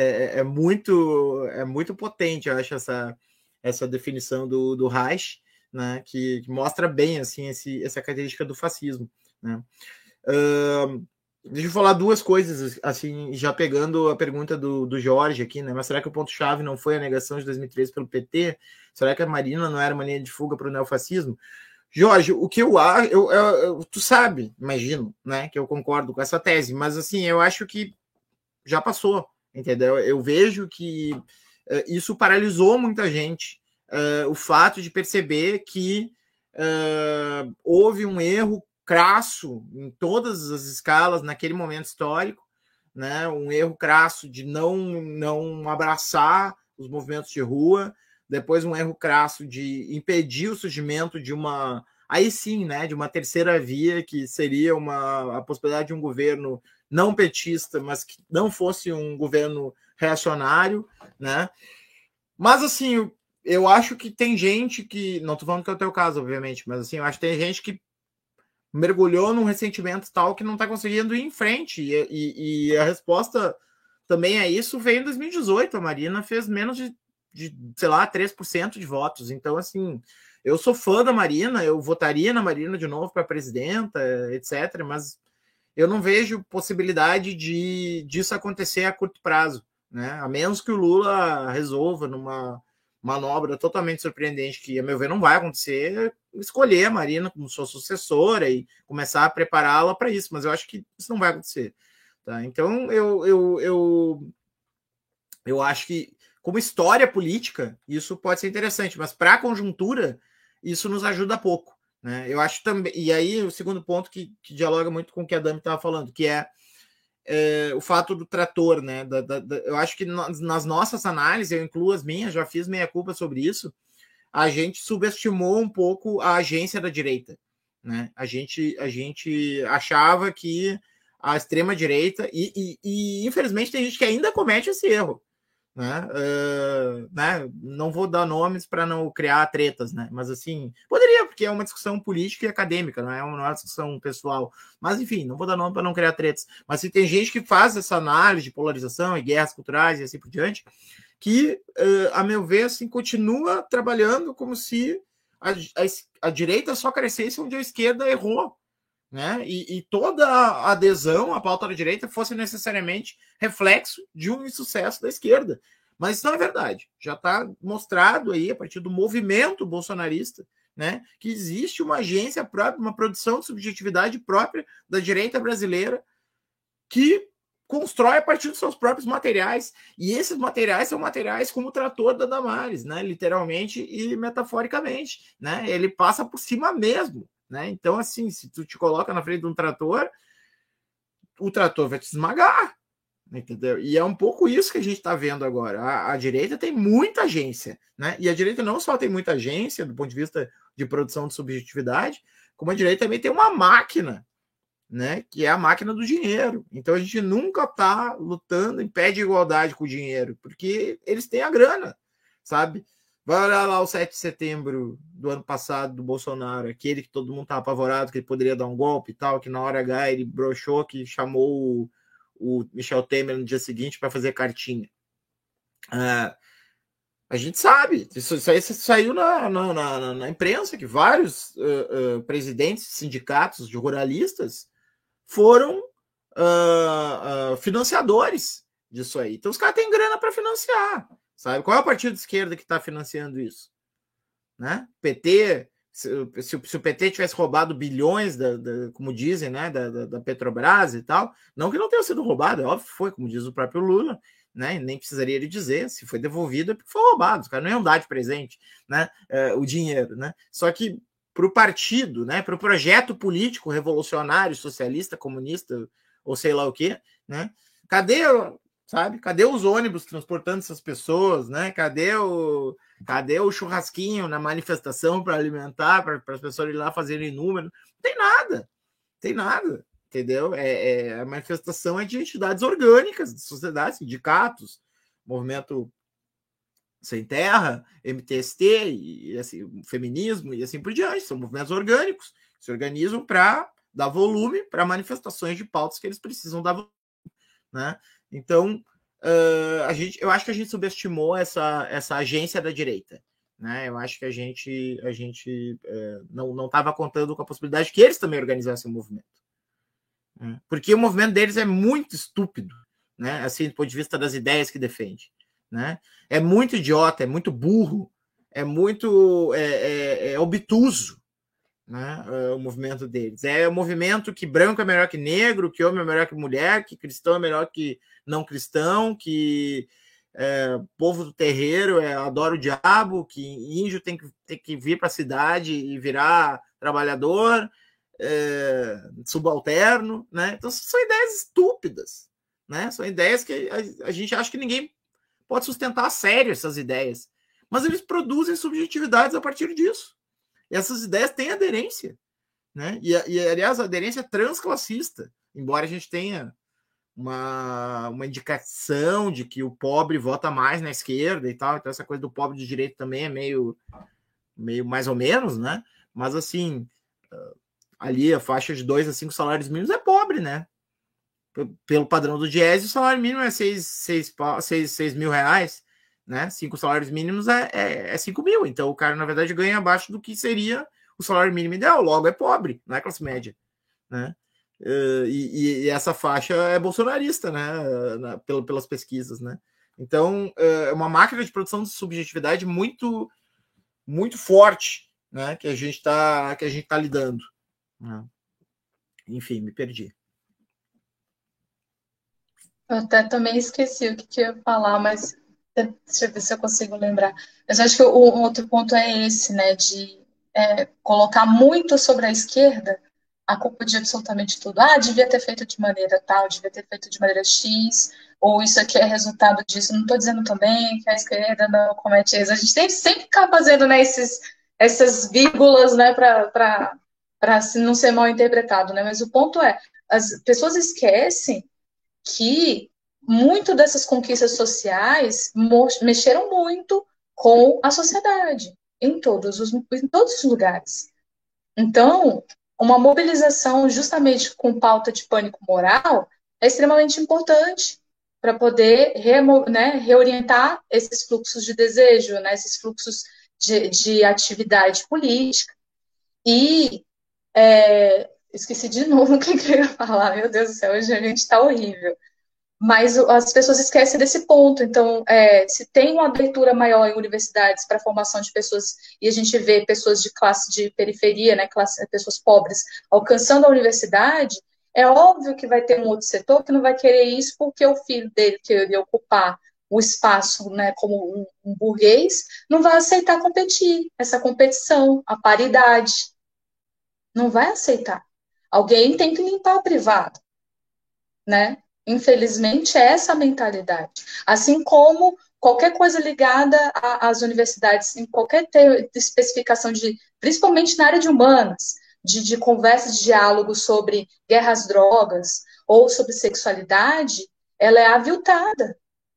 É muito potente, eu acho, essa definição do Reich, né, que mostra bem assim essa característica do fascismo, né? Deixa eu falar duas coisas, assim, já pegando a pergunta do Jorge aqui, né? Mas será que o ponto-chave não foi a negação de 2013 pelo PT? Será que a Marina não era uma linha de fuga para o neofascismo? Jorge, o que eu acho, tu sabe, imagino, né, que eu concordo com essa tese, mas assim, eu acho que já passou, entendeu? Eu vejo que isso paralisou muita gente. O fato de perceber que houve um erro crasso em todas as escalas naquele momento histórico, né? Um erro crasso de não abraçar os movimentos de rua, depois um erro crasso de impedir o surgimento de uma, aí sim, né, de uma terceira via, que seria a possibilidade de um governo não petista, mas que não fosse um governo reacionário, né? Mas assim, eu acho que tem gente que, não estou falando que é o teu caso, obviamente, mas assim, eu acho que tem gente que mergulhou num ressentimento tal que não está conseguindo ir em frente. E a resposta também a isso veio em 2018. A Marina fez menos sei lá, 3% de votos. Então, assim, eu sou fã da Marina, eu votaria na Marina de novo para presidenta, etc. Mas eu não vejo possibilidade disso acontecer a curto prazo, né? A menos que o Lula resolva numa manobra totalmente surpreendente, que, a meu ver, não vai acontecer, escolher a Marina como sua sucessora e começar a prepará-la para isso, mas eu acho que isso não vai acontecer. Tá? Então, eu acho que, como história política, isso pode ser interessante, mas para a conjuntura, isso nos ajuda pouco. Né? Eu acho também. E aí, o segundo ponto que dialoga muito com o que a Dami estava falando, que é o fato do trator, né? Eu acho que nas nossas análises, eu incluo as minhas, já fiz meia culpa sobre isso, a gente subestimou um pouco a agência da direita. Né? A gente achava que a extrema-direita, e infelizmente tem gente que ainda comete esse erro. Né? Né? Não vou dar nomes para não criar tretas, né? Mas assim, poderia, porque é uma discussão política e acadêmica, não é uma discussão pessoal. Mas enfim, não vou dar nome para não criar tretas. Mas se tem gente que faz essa análise de polarização e guerras culturais e assim por diante, que, a meu ver, assim, continua trabalhando como se a direita só crescesse onde a esquerda errou. Né? E toda a adesão à pauta da direita fosse necessariamente reflexo de um insucesso da esquerda. Mas isso não é verdade. Já está mostrado aí, a partir do movimento bolsonarista, né, que existe uma agência própria, uma produção de subjetividade própria da direita brasileira que constrói a partir dos seus próprios materiais. E esses materiais são materiais como o trator da Damares, né, literalmente e metaforicamente. Né? Ele passa por cima mesmo. Né? Então, assim, se tu te coloca na frente de um trator, o trator vai te esmagar, entendeu? E é um pouco isso que a gente está vendo agora. A direita tem muita agência, né? E a direita não só tem muita agência do ponto de vista de produção de subjetividade, como a direita também tem uma máquina, né? Que é a máquina do dinheiro. Então a gente nunca está lutando em pé de igualdade com o dinheiro, porque eles têm a grana, sabe? Vai olhar lá o 7 de setembro do ano passado do Bolsonaro, aquele que todo mundo estava apavorado que ele poderia dar um golpe e tal, que na hora H ele broxou, que chamou o Michel Temer no dia seguinte para fazer cartinha. A gente sabe, isso aí saiu na imprensa, que vários presidentes de sindicatos de ruralistas foram financiadores disso aí. Então os caras têm grana para financiar, sabe? Qual é o partido de esquerda que está financiando isso? Né? PT, se o PT tivesse roubado bilhões, como dizem, né, da Petrobras e tal, não que não tenha sido roubado, é óbvio que foi, como diz o próprio Lula, né? Nem precisaria ele dizer, se foi devolvido é porque foi roubado, os caras não iam dar de presente, né? O dinheiro, né? Só que para o partido, né, para o projeto político revolucionário, socialista, comunista, ou sei lá o quê, né? Cadê os ônibus transportando essas pessoas, né? Cadê o churrasquinho na manifestação para alimentar, para as pessoas ir lá fazerem número? Não tem nada, entendeu? A manifestação é de entidades orgânicas, de sociedade, sindicatos, movimento Sem Terra, MTST, e assim, o feminismo e assim por diante. São movimentos orgânicos que se organizam para dar volume para manifestações de pautas que eles precisam dar volume, né? Então, eu acho que a gente subestimou essa agência da direita, né? Eu acho que a gente não estava contando com a possibilidade de que eles também organizassem o movimento, né? Porque o movimento deles é muito estúpido, né? Assim, do ponto de vista das ideias que defende, né? É muito idiota, é muito burro, é muito obtuso, né? O movimento deles é um movimento que branco é melhor que negro, que homem é melhor que mulher, que cristão é melhor que não cristão, que povo do terreiro adora o diabo, que índio tem que vir para a cidade e virar trabalhador, subalterno, né? Então são ideias estúpidas, né? São ideias que a gente acha que ninguém pode sustentar a sério essas ideias, mas eles produzem subjetividades a partir disso. E essas ideias têm aderência, né? E aliás, a aderência é transclassista, embora a gente tenha uma indicação de que o pobre vota mais na esquerda e tal, então essa coisa do pobre de direita também é meio mais ou menos, né? Mas assim, ali a faixa de 2 a 5 salários mínimos é pobre, né? Pelo padrão do Diese, o salário mínimo é 6 mil reais, né? 5 salários mínimos é 5 mil. Então o cara, na verdade, ganha abaixo do que seria o salário mínimo ideal. Logo é pobre, não é classe média, né? E essa faixa é bolsonarista, né? Pelas pesquisas, né? Então é uma máquina de produção de subjetividade muito, muito forte, né? Que a gente tá lidando, né? Enfim, me perdi. Eu até também esqueci o que eu ia falar, mas deixa eu ver se eu consigo lembrar. Mas acho que o outro ponto é esse, né, de colocar muito sobre a esquerda a culpa de absolutamente tudo. Ah, devia ter feito de maneira tal, devia ter feito de maneira X, ou isso aqui é resultado disso. Não estou dizendo também que a esquerda não comete erros. A gente tem que sempre ficar fazendo, né, essas vírgulas, né, para não ser mal interpretado, né? Mas o ponto é, as pessoas esquecem que muito dessas conquistas sociais mexeram muito com a sociedade, em todos os lugares. Então, uma mobilização justamente com pauta de pânico moral é extremamente importante para poder reorientar esses fluxos de desejo, né, esses fluxos de atividade política. E esqueci de novo o que eu ia falar, meu Deus do céu, hoje a gente está horrível. Mas as pessoas esquecem desse ponto. Então, se tem uma abertura maior em universidades para a formação de pessoas, e a gente vê pessoas de classe de periferia, né, pessoas pobres, alcançando a universidade, é óbvio que vai ter um outro setor que não vai querer isso porque o filho dele querer ocupar o espaço, né, como um burguês, não vai aceitar competir, essa competição, a paridade. Não vai aceitar. Alguém tem que limpar o privado, né? Infelizmente, é essa a mentalidade. Assim como qualquer coisa ligada às universidades, em qualquer especificação principalmente na área de humanas, de conversas, de diálogos sobre guerra às drogas ou sobre sexualidade, ela é aviltada.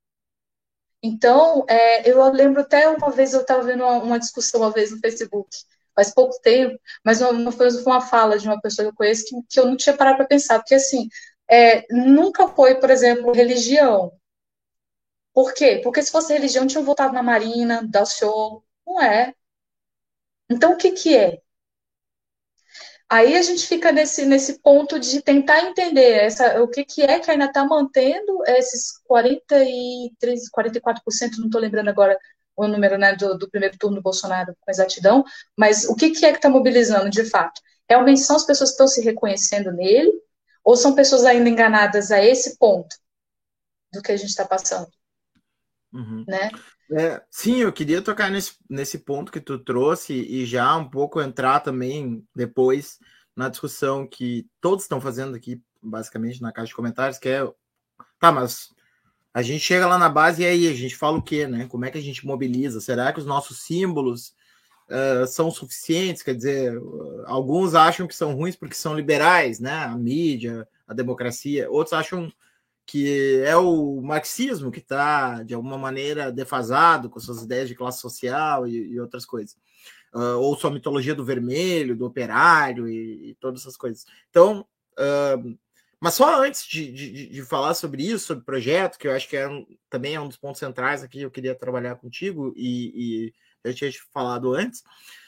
Então, eu lembro até uma vez, eu estava vendo uma discussão uma vez no Facebook, faz pouco tempo, mas foi uma fala de uma pessoa que eu conheço que eu não tinha parado para pensar, porque assim, nunca foi, por exemplo, religião. Por quê? Porque se fosse religião, tinham votado na Marina, dar show. Não é. Então, o que que é? Aí a gente fica nesse ponto de tentar entender o que, que é que ainda está mantendo esses 43, 44%, não estou lembrando agora o número, né, do primeiro turno do Bolsonaro com exatidão, mas o que, que é que está mobilizando de fato? Realmente são as pessoas que estão se reconhecendo nele, ou são pessoas ainda enganadas a esse ponto do que a gente está passando, Uhum. né? Sim, eu queria tocar nesse ponto que tu trouxe e já um pouco entrar também depois na discussão que todos estão fazendo aqui, basicamente, na caixa de comentários, que é, tá, mas a gente chega lá na base e aí a gente fala o quê, né? Como é que a gente mobiliza? Será que os nossos símbolos são suficientes? Quer dizer, alguns acham que são ruins porque são liberais, né? A mídia, a democracia. Outros acham que é o marxismo que está, de alguma maneira, defasado com suas ideias de classe social e outras coisas. Ou sua mitologia do vermelho, do operário e todas essas coisas. Então, mas só antes de falar sobre isso, sobre o projeto, que eu acho que também é um dos pontos centrais aqui, eu queria trabalhar contigo e eu tinha te falado antes,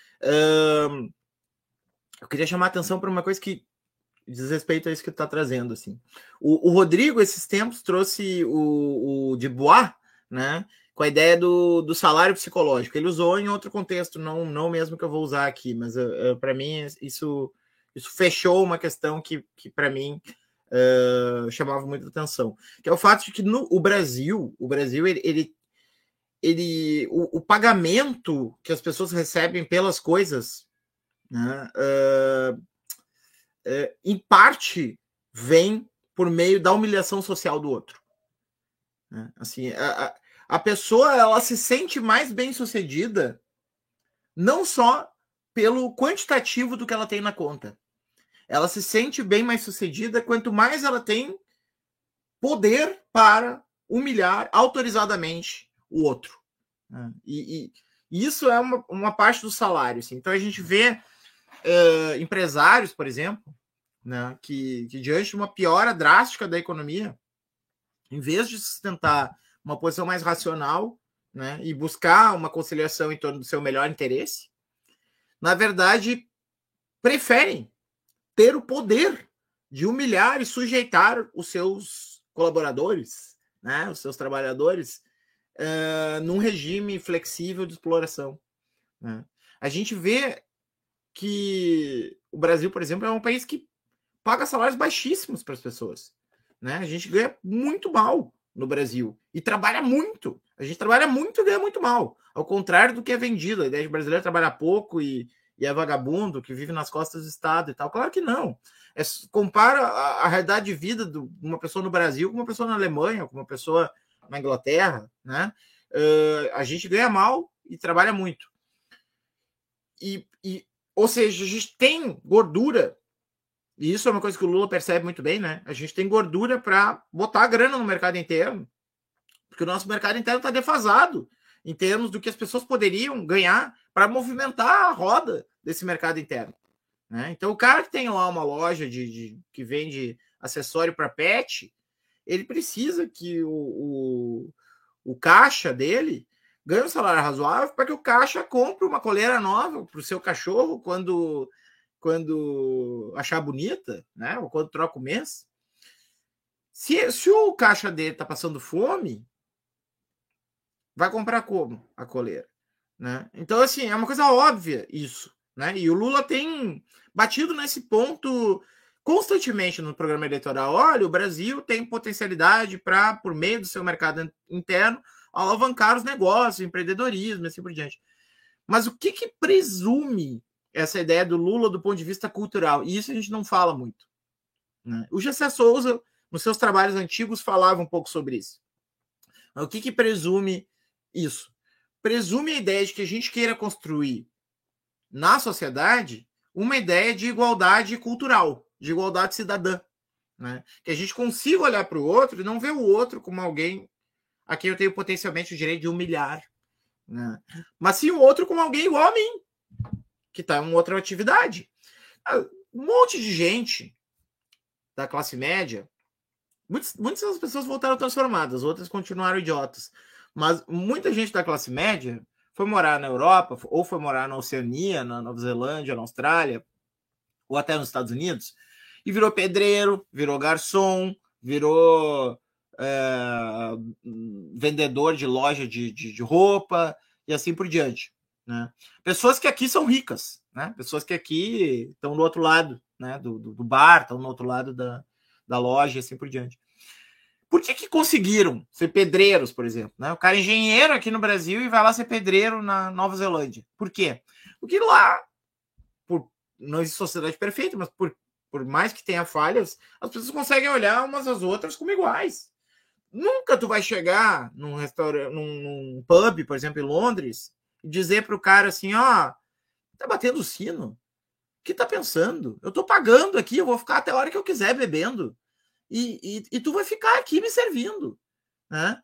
eu queria chamar a atenção para uma coisa que diz respeito a isso que tu está trazendo. Assim. O Rodrigo, esses tempos, trouxe o Dubois, né, com a ideia do salário psicológico. Ele usou em outro contexto, não mesmo que eu vou usar aqui, mas para mim isso fechou uma questão que para mim chamava muita atenção, que é o fato de que o Brasil o pagamento que as pessoas recebem pelas coisas, né, em parte vem por meio da humilhação social do outro. Né? Assim, a pessoa ela se sente mais bem sucedida não só pelo quantitativo do que ela tem na conta. Ela se sente bem mais sucedida quanto mais ela tem poder para humilhar autorizadamente o outro. Né? E isso é uma parte do salário. Assim. Então a gente vê empresários, por exemplo, né, que diante de uma piora drástica da economia, em vez de sustentar uma posição mais racional, né, e buscar uma conciliação em torno do seu melhor interesse, na verdade, preferem ter o poder de humilhar e sujeitar os seus colaboradores, né, os seus trabalhadores, num regime flexível de exploração. Né. A gente vê que o Brasil, por exemplo, é um país que paga salários baixíssimos para as pessoas. Né? A gente ganha muito mal no Brasil e trabalha muito. A gente trabalha muito e ganha muito mal. Ao contrário do que é vendido. A ideia de brasileiro trabalhar pouco e é vagabundo, que vive nas costas do Estado e tal. Claro que não. Compara a realidade de vida de uma pessoa no Brasil com uma pessoa na Alemanha, com uma pessoa na Inglaterra. Né? A gente ganha mal e trabalha muito. Ou seja, a gente tem gordura. E isso é uma coisa que o Lula percebe muito bem, né? A gente tem gordura para botar a grana no mercado interno, porque o nosso mercado interno está defasado em termos do que as pessoas poderiam ganhar para movimentar a roda desse mercado interno. Né? Então, o cara que tem lá uma loja que vende acessório para pet, ele precisa que o caixa dele ganhe um salário razoável para que o caixa compre uma coleira nova para o seu cachorro quando achar bonita, né? Ou quando troca o mês. Se o caixa dele está passando fome, vai comprar como a coleira? Né? Então, assim, é uma coisa óbvia isso. Né? E o Lula tem batido nesse ponto constantemente no programa eleitoral. Olha, o Brasil tem potencialidade para, por meio do seu mercado interno, alavancar os negócios, empreendedorismo e assim por diante. Mas o que presume essa ideia do Lula do ponto de vista cultural? E isso a gente não fala muito. Né? O Gessé Souza, nos seus trabalhos antigos, falava um pouco sobre isso. Mas o que presume isso? Presume a ideia de que a gente queira construir na sociedade uma ideia de igualdade cultural, de igualdade cidadã. Né? Que a gente consiga olhar para o outro e não ver o outro como alguém a quem eu tenho potencialmente o direito de humilhar. Né? Mas sim o outro como alguém igual a mim, que está em uma outra atividade. Um monte de gente da classe média muitas das pessoas voltaram transformadas, outras continuaram idiotas. Mas muita gente da classe média foi morar na Europa, ou foi morar na Oceania, na Nova Zelândia, na Austrália, ou até nos Estados Unidos, e virou pedreiro, virou garçom, virou vendedor de loja de roupa, e assim por diante. Né? Pessoas que aqui são ricas, né? Pessoas que aqui estão do outro lado, né? do bar, estão no outro lado da loja, e assim por diante. Por que conseguiram ser pedreiros, por exemplo? Né? O cara é engenheiro aqui no Brasil e vai lá ser pedreiro na Nova Zelândia. Por quê? Porque lá, não existe sociedade perfeita, mas por mais que tenha falhas, as pessoas conseguem olhar umas às outras como iguais. Nunca tu vai chegar num restaurante, num pub, por exemplo, em Londres, e dizer pro cara assim, ó, tá batendo o sino? O que tá pensando? Eu tô pagando aqui, eu vou ficar até a hora que eu quiser bebendo. E tu vai ficar aqui me servindo. Né?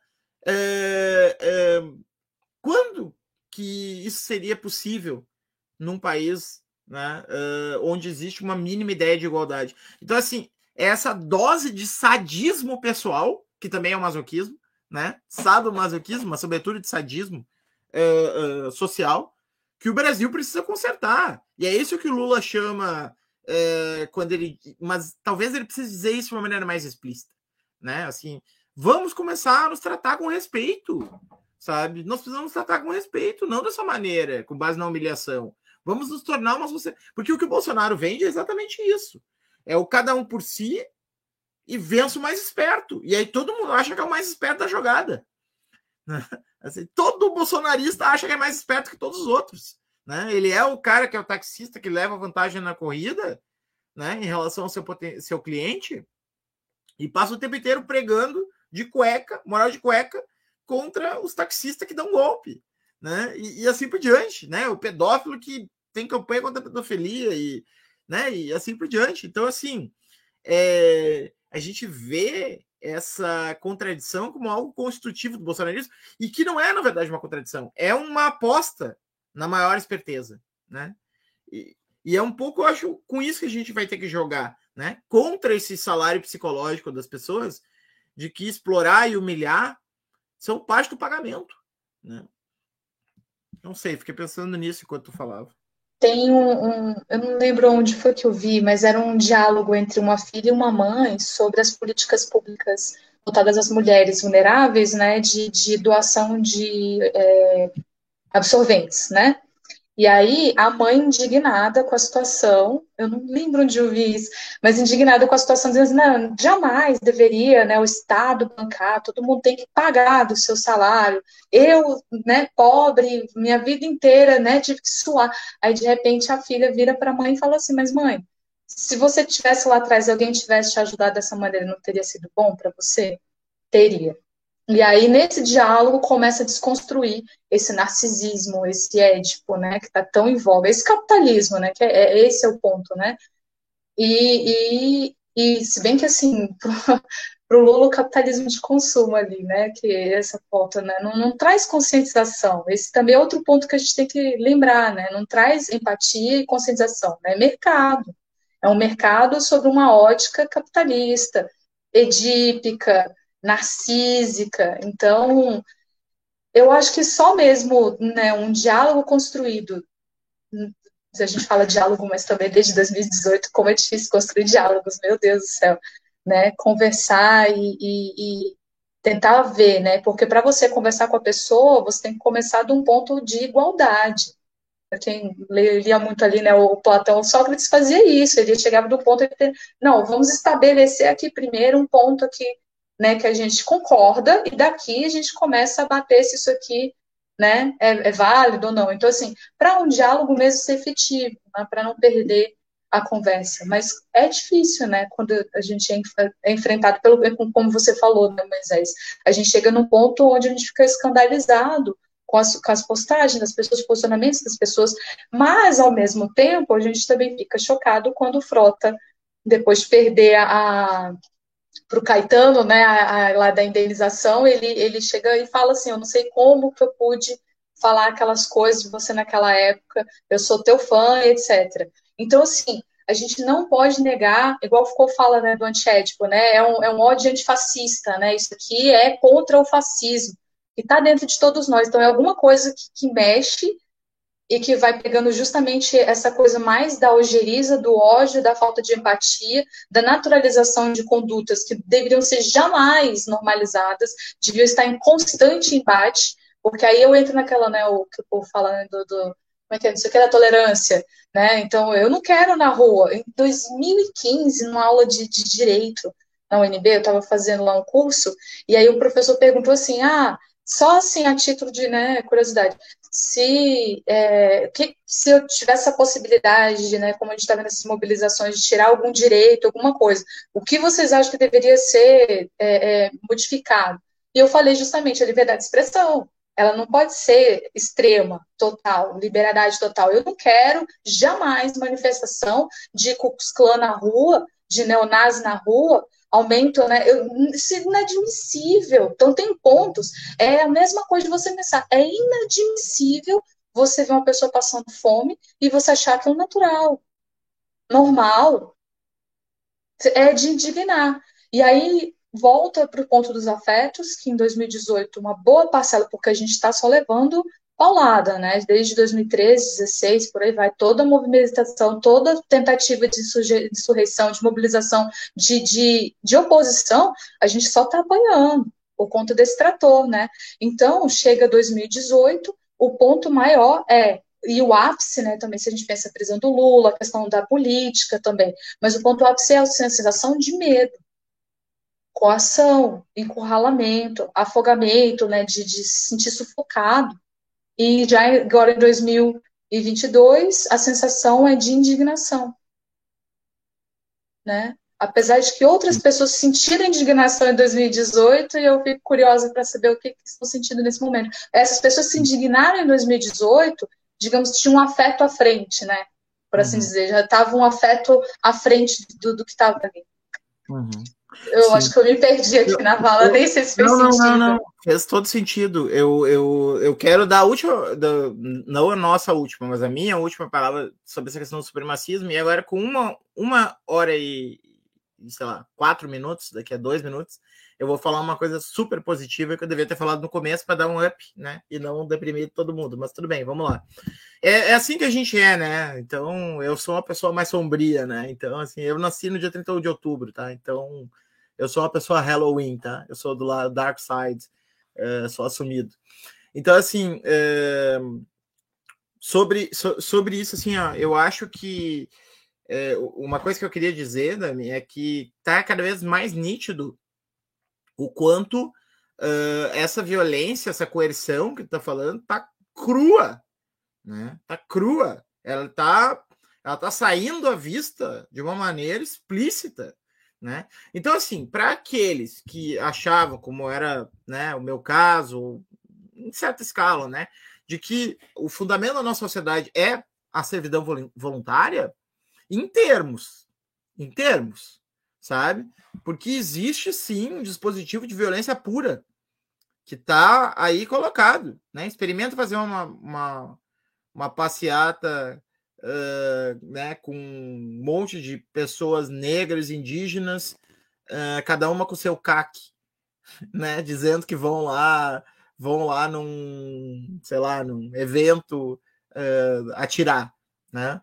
Quando que isso seria possível num país, né, onde existe uma mínima ideia de igualdade? Então, assim, essa dose de sadismo pessoal, que também é um masoquismo, né? Sadomasoquismo, mas sobretudo de sadismo social, que o Brasil precisa consertar. E é isso que o Lula chama quando ele... Mas talvez ele precise dizer isso de uma maneira mais explícita. Né? Assim, vamos começar a nos tratar com respeito, sabe? Nós precisamos nos tratar com respeito, não dessa maneira, com base na humilhação. Vamos nos tornar uma sociedade... Porque o que o Bolsonaro vende é exatamente isso. É o cada um por si e vença o mais esperto. E aí todo mundo acha que é o mais esperto da jogada. Assim, todo bolsonarista acha que é mais esperto que todos os outros. Né? Ele é o cara que é o taxista que leva vantagem na corrida, né, em relação ao seu cliente, e passa o tempo inteiro pregando de cueca, moral de cueca, contra os taxistas que dão golpe. Né? E assim por diante. Né? O pedófilo que tem campanha contra a pedofilia né? E assim por diante. Então, assim, a gente vê essa contradição como algo constitutivo do bolsonarismo e que não é, na verdade, uma contradição. É uma aposta na maior esperteza. Né? E é um pouco, eu acho, com isso que a gente vai ter que jogar, né? Contra esse salário psicológico das pessoas, de que explorar e humilhar são parte do pagamento. Né? Não sei, fiquei pensando nisso enquanto tu falava. Tem eu não lembro onde foi que eu vi, mas era um diálogo entre uma filha e uma mãe sobre as políticas públicas voltadas às mulheres vulneráveis, né, de doação de absorventes, né? E aí, a mãe indignada com a situação, eu não lembro onde eu vi isso, mas indignada com a situação, dizendo assim, não, jamais deveria, né, o Estado bancar, todo mundo tem que pagar do seu salário. Eu, né, pobre, minha vida inteira, né, tive que suar. Aí, de repente, a filha vira para a mãe e fala assim, mas mãe, se você tivesse lá atrás, alguém tivesse te ajudado dessa maneira, não teria sido bom para você? Teria. E aí, nesse diálogo, começa a desconstruir esse narcisismo, esse édipo, né, que está tão em voga, esse capitalismo, né, que esse é o ponto, né, e se bem que, assim, para o Lula, o capitalismo de consumo ali, né, que é essa pauta, né, não traz conscientização, esse também é outro ponto que a gente tem que lembrar, né, não traz empatia e conscientização, né, é um mercado sobre uma ótica capitalista, edípica, narcísica. Então, eu acho que só mesmo, né, um diálogo construído, se a gente fala diálogo, mas também desde 2018, como é difícil construir diálogos, meu Deus do céu, né, conversar e tentar ver, né, porque para você conversar com a pessoa, você tem que começar de um ponto de igualdade. Para quem lia muito ali, né, o Platão, o Sócrates fazia isso, ele chegava do ponto de não, vamos estabelecer aqui primeiro um ponto aqui, né, que a gente concorda, e daqui a gente começa a bater se isso aqui, né, é válido ou não. Então, assim, para um diálogo mesmo ser efetivo, né, para não perder a conversa. Mas é difícil, né, quando a gente é enfrentado pelo, como você falou, né, Moisés, a gente chega num ponto onde a gente fica escandalizado com as postagens das pessoas, os posicionamentos das pessoas, mas, ao mesmo tempo, a gente também fica chocado quando o Frota, depois de perder para o Caetano, né, lá da indenização, ele chega e fala assim, eu não sei como que eu pude falar aquelas coisas de você naquela época, eu sou teu fã, etc. Então, assim, a gente não pode negar, igual o Foucault fala, né, do antiédipo, né, é um ódio antifascista, né, isso aqui é contra o fascismo, que está dentro de todos nós, então é alguma coisa que mexe e que vai pegando justamente essa coisa mais da ojeriza, do ódio, da falta de empatia, da naturalização de condutas que deveriam ser jamais normalizadas, deviam estar em constante embate, porque aí eu entro naquela, né, o que o povo fala, né, como é que é, não sei o que, da tolerância, né, então eu não quero na rua. Em 2015, numa aula de Direito na UNB, eu estava fazendo lá um curso, e aí o professor perguntou assim, só assim, a título de, né, curiosidade, se eu tivesse a possibilidade de, né, como a gente está vendo essas mobilizações, de tirar algum direito, alguma coisa, o que vocês acham que deveria ser modificado? E eu falei justamente a liberdade de expressão. Ela não pode ser extrema, total, liberdade total. Eu não quero jamais manifestação de Ku Klux Klan na rua, de neonazi na rua, aumento, né? Isso é inadmissível. Então, tem pontos. É a mesma coisa de você pensar. É inadmissível você ver uma pessoa passando fome e você achar que é natural, normal. É de indignar. E aí volta para o ponto dos afetos, que em 2018, uma boa parcela, porque a gente está só levando paulada, né? Desde 2013, 16, por aí vai, toda a movimentação, toda tentativa de insurreição, de mobilização, de oposição, a gente só está apanhando por conta desse trator, né? Então, chega 2018, o ponto maior e o ápice, né, também, se a gente pensa a prisão do Lula, a questão da política também, mas o ponto ápice é a sensação de medo, coação, encurralamento, afogamento, né, de se sentir sufocado. E já agora em 2022, a sensação é de indignação, né? Apesar de que outras pessoas sentiram indignação em 2018, e eu fico curiosa para saber o que estão sentindo nesse momento. Essas pessoas se indignaram em 2018, digamos, tinha um afeto à frente, né? Por assim dizer, já estava um afeto à frente do que estava ali. Eu acho que eu me perdi aqui na fala, nem sei se fez sentido. Não. Fez todo sentido. Eu quero dar a última, não a nossa última, mas a minha última palavra sobre essa questão do supremacismo, e agora com uma hora e, sei lá, 4 minutos, daqui a 2 minutos, eu vou falar uma coisa super positiva que eu devia ter falado no começo para dar um up, né? E não deprimir todo mundo, mas tudo bem, vamos lá. É assim que a gente é, né? Então, eu sou uma pessoa mais sombria, né? Então, assim, eu nasci no dia 31 de outubro, tá? Então, eu sou uma pessoa Halloween, tá? Eu sou do lado Dark Side, sou assumido. Então, assim, sobre isso, assim, ó, eu acho que uma coisa que eu queria dizer, Dani, é que tá cada vez mais nítido o quanto essa violência, essa coerção que tu tá falando, tá crua, né? Tá crua. Ela tá saindo à vista de uma maneira explícita, né? Então, assim, para aqueles que achavam, como era, né, o meu caso, em certa escala, né, de que o fundamento da nossa sociedade é a servidão voluntária, em termos, sabe? Porque existe sim um dispositivo de violência pura que está aí colocado, né? Experimenta fazer uma passeata, né, com um monte de pessoas negras, indígenas, cada uma com seu CAC, né, dizendo que vão lá num, sei lá, num evento atirar, né?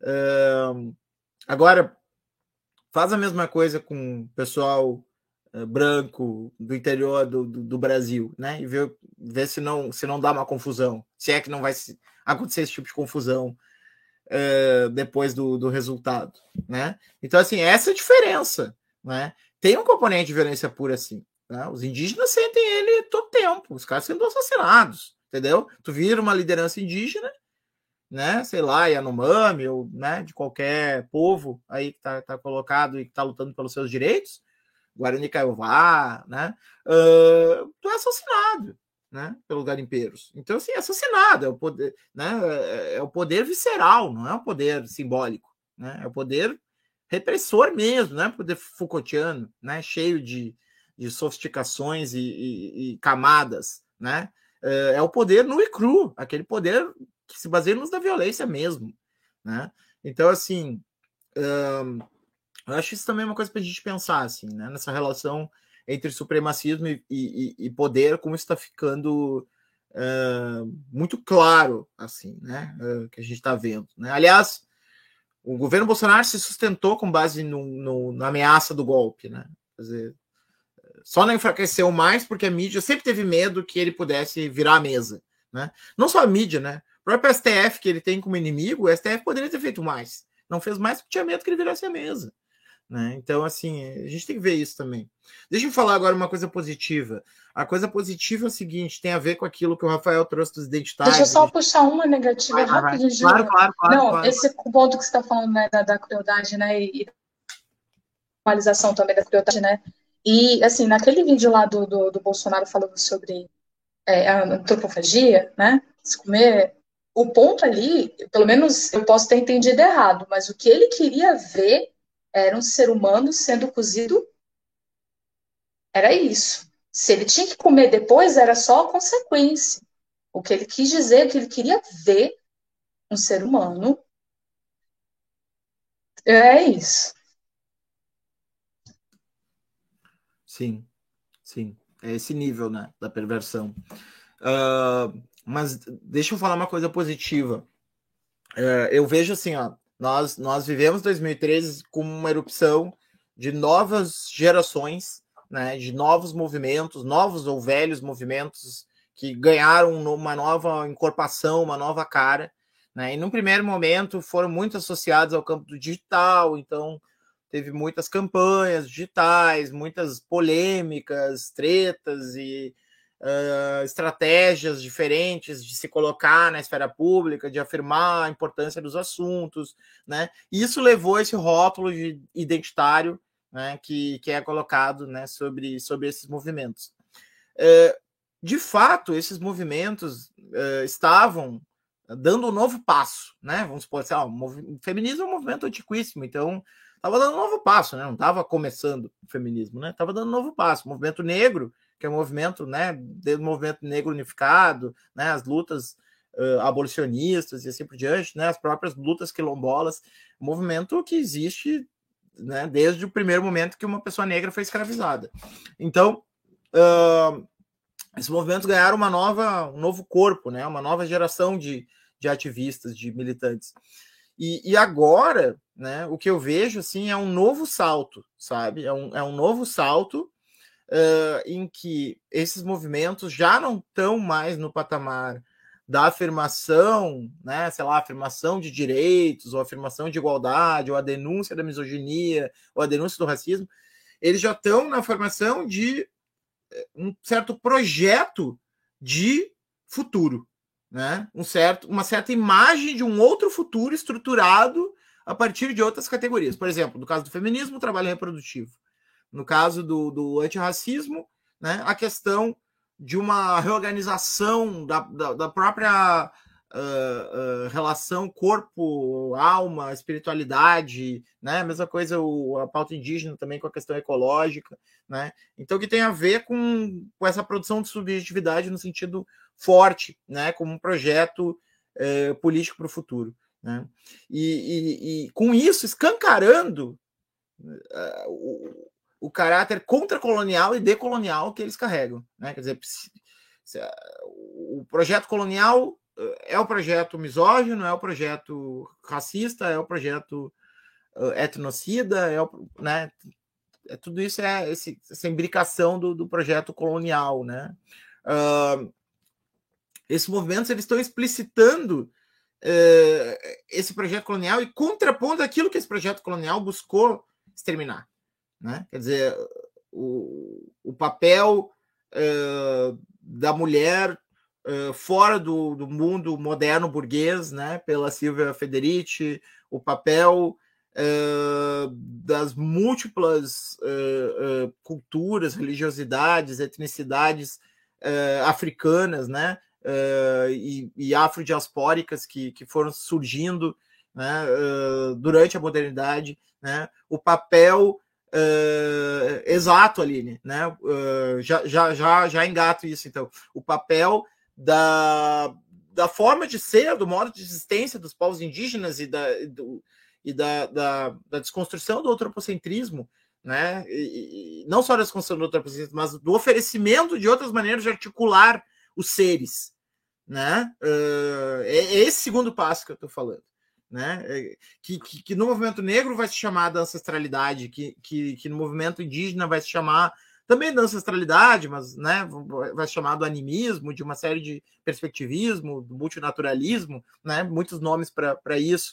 Agora, faz a mesma coisa com o pessoal branco do interior do Brasil, né? E ver se não dá uma confusão, se é que não vai acontecer esse tipo de confusão depois do resultado, né? Então, assim, essa é a diferença, né? Tem um componente de violência pura, assim, né? Os indígenas sentem ele todo tempo, os caras sendo assassinados, entendeu? Tu vira uma liderança indígena, né? Sei lá, Yanomami, ou, né, de qualquer povo aí que tá colocado e que tá lutando pelos seus direitos, Guarani Kaiowá, né? Tu é assassinado, né? Pelos garimpeiros. Então, assim, é assassinado, é o poder, né? É o poder visceral, não é o poder simbólico, né? É o poder repressor mesmo, né? O poder Foucaultiano, né? Cheio de sofisticações e camadas, né? É o poder nu e cru, aquele poder que se baseia no uso da violência mesmo, né? Então, assim, Eu acho isso também uma coisa para a gente pensar, assim, né? Nessa relação entre supremacismo e poder, como isso está ficando muito claro, assim, né? Que a gente está vendo. Né? Aliás, o governo Bolsonaro se sustentou com base na ameaça do golpe, né? Quer dizer, só não enfraqueceu mais porque a mídia sempre teve medo que ele pudesse virar a mesa, né? Não só a mídia, né? O próprio STF, que ele tem como inimigo, o STF poderia ter feito mais. Não fez mais porque tinha medo que ele virasse a mesa. Né? Então, assim, a gente tem que ver isso também. Deixa eu falar agora uma coisa positiva. A coisa positiva é o seguinte, tem a ver com aquilo que o Rafael trouxe dos identitários. Deixa eu só puxar uma negativa rapidinho. Claro. Não, claro. esse ponto que você está falando, né, da crueldade, né, e normalização também da crueldade, né, e, assim, naquele vídeo lá do Bolsonaro falando sobre a antropofagia, né, se comer, o ponto ali, pelo menos eu posso ter entendido errado, mas o que ele queria ver era um ser humano sendo cozido, era isso. Se ele tinha que comer depois, era só a consequência. O que ele quis dizer é que ele queria ver um ser humano. É isso. Sim. É esse nível, né, da perversão. Mas deixa eu falar uma coisa positiva. Eu vejo assim, ó, nós vivemos 2013 como uma erupção de novas gerações, né, de novos movimentos, novos ou velhos movimentos que ganharam uma nova encorpação, uma nova cara, né, e num primeiro momento foram muito associados ao campo do digital, então teve muitas campanhas digitais, muitas polêmicas, tretas e estratégias diferentes de se colocar na esfera pública, de afirmar a importância dos assuntos, né? E isso levou esse rótulo de identitário, né, que é colocado, né, sobre esses movimentos. De fato, esses movimentos estavam dando um novo passo, né? Vamos supor assim, o feminismo é um movimento antiquíssimo, então estava dando um novo passo, né? Não estava começando o feminismo, né? Estava dando um novo passo. O movimento negro, que é um movimento, né, do movimento negro unificado, né, as lutas abolicionistas e assim por diante, né, as próprias lutas quilombolas, um movimento que existe, né, desde o primeiro momento que uma pessoa negra foi escravizada. Então, esses movimentos ganharam um novo corpo, né, uma nova geração de ativistas, de militantes. E agora, né, o que eu vejo assim, é um novo salto, sabe? É um novo salto em que esses movimentos já não estão mais no patamar da afirmação, né, sei lá, afirmação de direitos, ou afirmação de igualdade, ou a denúncia da misoginia, ou a denúncia do racismo. Eles já estão na formação de um certo projeto de futuro, né? Uma certa imagem de um outro futuro estruturado a partir de outras categorias. Por exemplo, no caso do feminismo, o trabalho reprodutivo. No caso do antirracismo, né, a questão de uma reorganização da própria relação corpo, alma, espiritualidade, né? A mesma coisa a pauta indígena também com a questão ecológica, né? Então, que tem a ver com essa produção de subjetividade no sentido forte, né? Como um projeto político para o futuro, né? E com isso, escancarando o caráter contracolonial e decolonial que eles carregam, né? Quer dizer, o projeto colonial é o projeto misógino, é o projeto racista, é o projeto etnocida, né? Tudo isso é essa imbricação do projeto colonial, né? Esses movimentos eles estão explicitando esse projeto colonial e contrapondo aquilo que esse projeto colonial buscou exterminar, né? Quer dizer, o papel da mulher fora do mundo moderno burguês, né? Pela Silvia Federici, o papel das múltiplas culturas, religiosidades, etnicidades africanas, né? E afrodiaspóricas que foram surgindo, né? Durante a modernidade, né? O papel exato, Aline, né? Já engato isso, então. O papel da forma de ser, do modo de existência dos povos indígenas e da desconstrução do antropocentrismo, né? E não só da desconstrução do antropocentrismo, mas do oferecimento de outras maneiras de articular os seres, né? É esse segundo passo que eu estou falando, né? Que no movimento negro vai se chamar da ancestralidade, que no movimento indígena vai se chamar também da ancestralidade, mas, né, vai se chamar do animismo, de uma série de perspectivismo, do multinaturalismo, né? Muitos nomes para isso.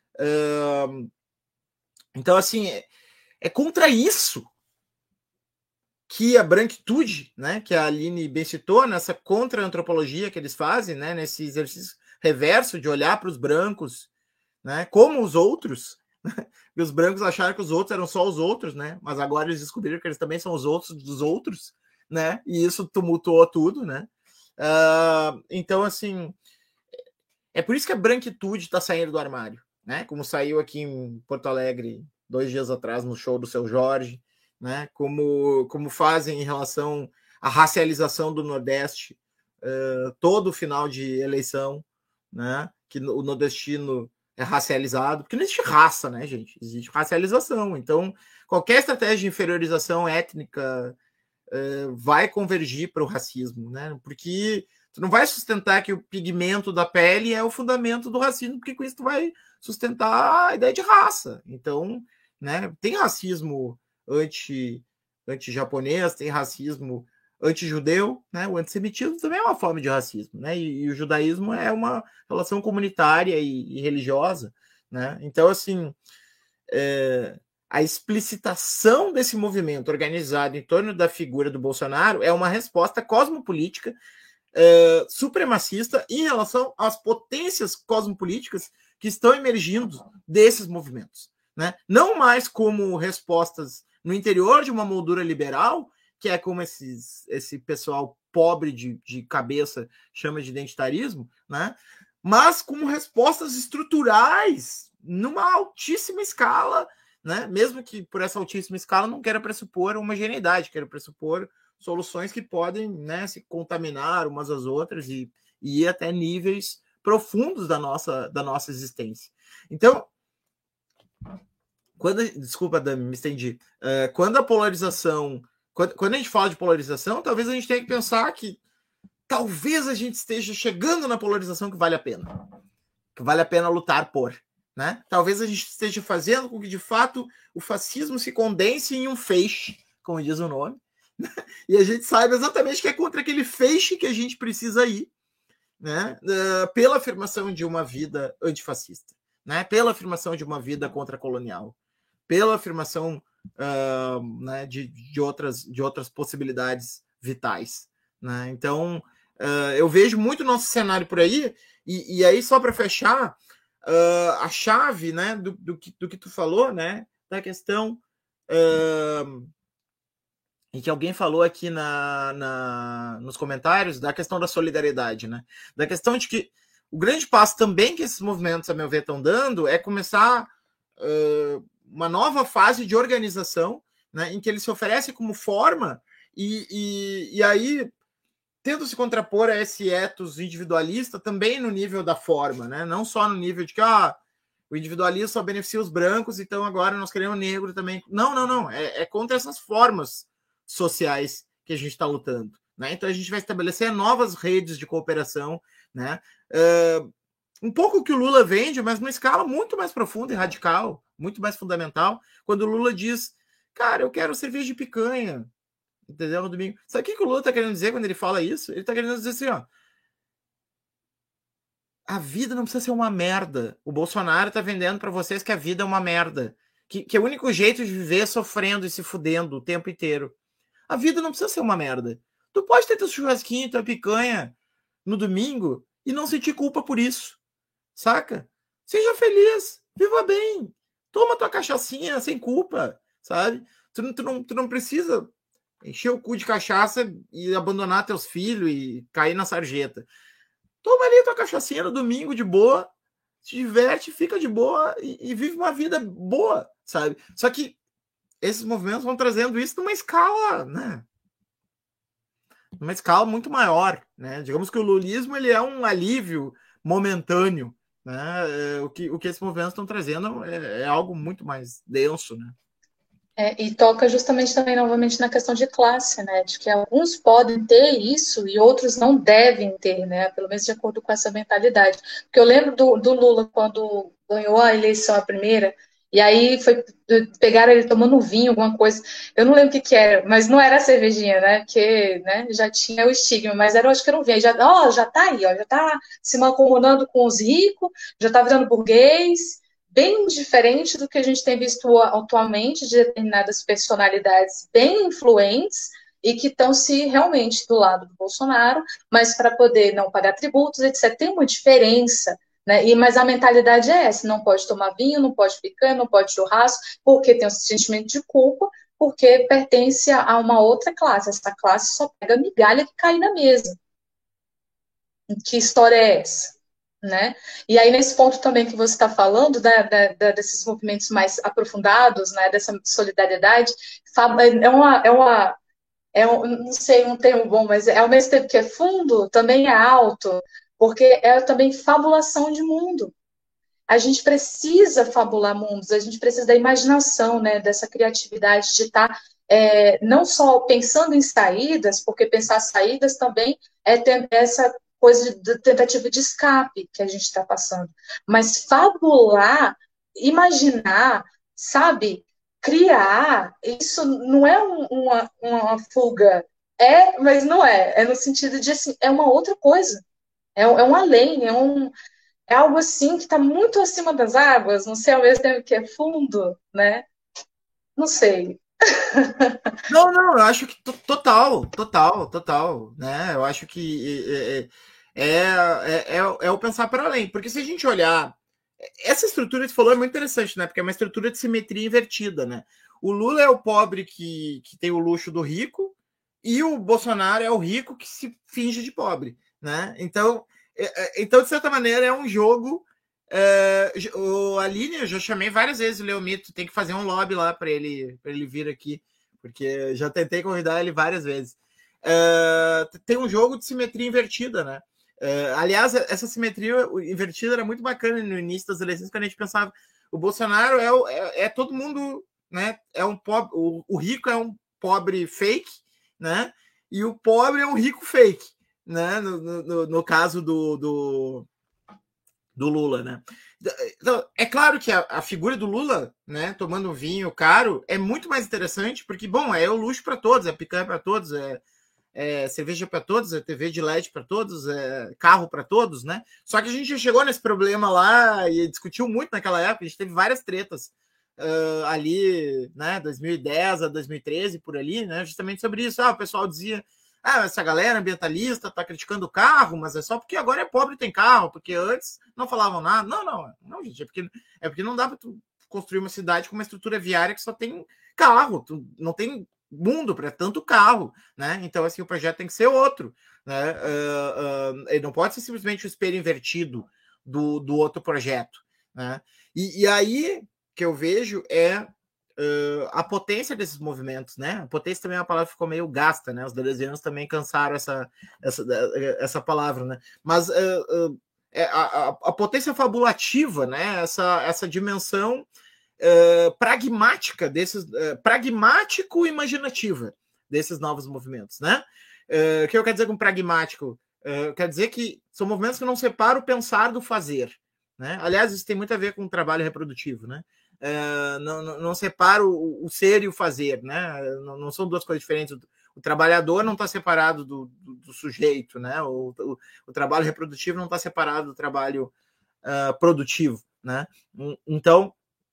Então, assim, é contra isso que a branquitude, né, que a Aline bem citou, nessa contra-antropologia que eles fazem, né, nesse exercício reverso de olhar para os brancos, né, como os outros, e os brancos acharam que os outros eram só os outros, né, mas agora eles descobriram que eles também são os outros dos outros, né, e isso tumultuou tudo, né. Então, assim, é por isso que a branquitude está saindo do armário, né, como saiu aqui em Porto Alegre 2 dias atrás no show do Seu Jorge, né, como fazem em relação à racialização do Nordeste, todo final de eleição, né, que o nordestino é racializado, porque não existe raça, né, gente? Existe racialização. Então, qualquer estratégia de inferiorização étnica vai convergir para o racismo, né? Porque tu não vai sustentar que o pigmento da pele é o fundamento do racismo, porque com isso tu vai sustentar a ideia de raça. Então, né, tem racismo anti-japonês, tem racismo anti-judeu, né? O antissemitismo também é uma forma de racismo, né? E o judaísmo é uma relação comunitária e religiosa, né? Então, assim, a explicitação desse movimento organizado em torno da figura do Bolsonaro é uma resposta cosmopolítica supremacista em relação às potências cosmopolíticas que estão emergindo desses movimentos, né? Não mais como respostas no interior de uma moldura liberal, que é como esse pessoal pobre de cabeça chama de identitarismo, né? Mas como respostas estruturais numa altíssima escala, né? Mesmo que por essa altíssima escala não queira pressupor homogeneidade, queira pressupor soluções que podem, né, se contaminar umas às outras e ir até níveis profundos da nossa existência. Então, desculpa, Dami, me estendi. Quando a polarização, quando a gente fala de polarização, talvez a gente tenha que pensar que talvez a gente esteja chegando na polarização que vale a pena lutar por, né? Talvez a gente esteja fazendo com que, de fato, o fascismo se condense em um feixe, como diz o nome, e a gente saiba exatamente que é contra aquele feixe que a gente precisa ir, né? Pela afirmação de uma vida antifascista, né? Pela afirmação de uma vida contracolonial, pela afirmação né, de outras possibilidades vitais, né? Então, eu vejo muito nosso cenário por aí, e aí, só para fechar, a chave, né, do que tu falou, né, da questão em que alguém falou aqui nos comentários, da questão da solidariedade, né? Da questão de que o grande passo também que esses movimentos, a meu ver, estão dando é começar uma nova fase de organização, né, em que ele se oferece como forma e aí tendo se contrapor a esse ethos individualista também no nível da forma, né? Não só no nível de que o individualismo só beneficia os brancos, então agora nós queremos negro também. Não. É contra essas formas sociais que a gente está lutando, né? Então a gente vai estabelecer novas redes de cooperação, né? Um pouco o que o Lula vende, mas numa escala muito mais profunda e radical, muito mais fundamental, quando o Lula diz, cara, eu quero cerveja de picanha, entendeu? No domingo. Sabe o que o Lula está querendo dizer quando ele fala isso? Ele está querendo dizer assim, ó, a vida não precisa ser uma merda. O Bolsonaro está vendendo para vocês que a vida é uma merda, que é o único jeito de viver sofrendo e se fudendo o tempo inteiro. A vida não precisa ser uma merda. Tu pode ter teu churrasquinho, tua picanha no domingo e não sentir culpa por isso. Saca? Seja feliz, viva bem. Toma tua cachaçinha sem culpa, sabe? Tu não precisa encher o cu de cachaça e abandonar teus filhos e cair na sarjeta. Toma ali tua cachaçinha no domingo de boa, se diverte, fica de boa e vive uma vida boa, sabe? Só que esses movimentos vão trazendo isso numa escala, né? Numa escala muito maior, né? Digamos que o lulismo ele é um alívio momentâneo, né? O que esses movimentos estão trazendo é algo muito mais denso, né? E toca justamente também novamente na questão de classe, né? De que alguns podem ter isso e outros não devem ter, né? Pelo menos de acordo com essa mentalidade. Porque eu lembro do Lula quando ganhou a eleição a primeira, e aí pegaram ele tomando vinho, alguma coisa. Eu não lembro o que era, mas não era cervejinha, né? Porque, né, já tinha o estigma, mas era, eu acho que era um vinho. Já tá aí, ó, já tá se mancomunando com os ricos, já tá virando burguês, bem diferente do que a gente tem visto atualmente de determinadas personalidades bem influentes e que estão se realmente do lado do Bolsonaro, mas para poder não pagar tributos, etc. Tem uma diferença, né? Mas a mentalidade é essa: não pode tomar vinho, não pode picanha, não pode churrasco, porque tem um sentimento de culpa, porque pertence a uma outra classe. Essa classe só pega migalha que cai na mesa. Que história é essa? Né? E aí, nesse ponto também que você está falando, desses movimentos mais aprofundados, né, dessa solidariedade, não sei um termo bom, mas ao mesmo tempo que é fundo, também é alto, porque é também fabulação de mundo. A gente precisa fabular mundos, a gente precisa da imaginação, né, dessa criatividade de estar não só pensando em saídas, porque pensar saídas também é ter essa coisa de tentativa de escape que a gente está passando, mas fabular, imaginar, sabe, criar, isso não é uma fuga, mas não é no sentido de, assim, é uma outra coisa, é um além, é algo assim que está muito acima das águas, não sei ao mesmo tempo que é fundo, né? Não sei. Não, não, eu acho que total, total, total, né? Eu acho que é o pensar para além, porque se a gente olhar, essa estrutura que você falou é muito interessante, né? Porque é uma estrutura de simetria invertida, né? O Lula é o pobre que tem o luxo do rico e o Bolsonaro é o rico que se finge de pobre, né? Então de certa maneira, é um jogo. O Aline, eu já chamei várias vezes o Leomito, tem que fazer um lobby lá para ele vir aqui, porque já tentei convidar ele várias vezes. Tem um jogo de simetria invertida, né? Aliás, essa simetria invertida era muito bacana no início das eleições, quando a gente pensava o Bolsonaro é todo mundo, né? É um pobre, o rico é um pobre fake, né? E o pobre é um rico fake, né? No caso do Lula, né? Então, é claro que a figura do Lula, né, tomando um vinho caro, é muito mais interessante, porque, bom, é o luxo para todos, é picanha para todos, é cerveja para todos, é TV de LED para todos, é carro para todos, né? Só que a gente já chegou nesse problema lá e discutiu muito naquela época, a gente teve várias tretas ali, né, 2010 a 2013, por ali, né, justamente sobre isso. O pessoal dizia, essa galera ambientalista tá criticando o carro, mas é só porque agora é pobre e tem carro, porque antes não falavam nada. Não, gente, é porque não dá para tu construir uma cidade com uma estrutura viária que só tem carro, tu não tem mundo para tanto carro, né? Então, assim, o projeto tem que ser outro, né? Ele não pode ser simplesmente o espelho invertido do outro projeto, né? E aí que eu vejo a potência desses movimentos, né? A potência também é uma palavra que ficou meio gasta, né? Os delezianos também cansaram essa palavra, né? Mas a potência fabulativa, né? Essa dimensão pragmática pragmático imaginativa desses novos movimentos, né? O que eu quero dizer com pragmático? Quer dizer que são movimentos que não separam o pensar do fazer, né? Aliás, isso tem muito a ver com o trabalho reprodutivo, né? Não separa o ser e o fazer, né? Não são duas coisas diferentes. O trabalhador não está separado do sujeito, né? O trabalho reprodutivo não está separado do trabalho produtivo, né? Então,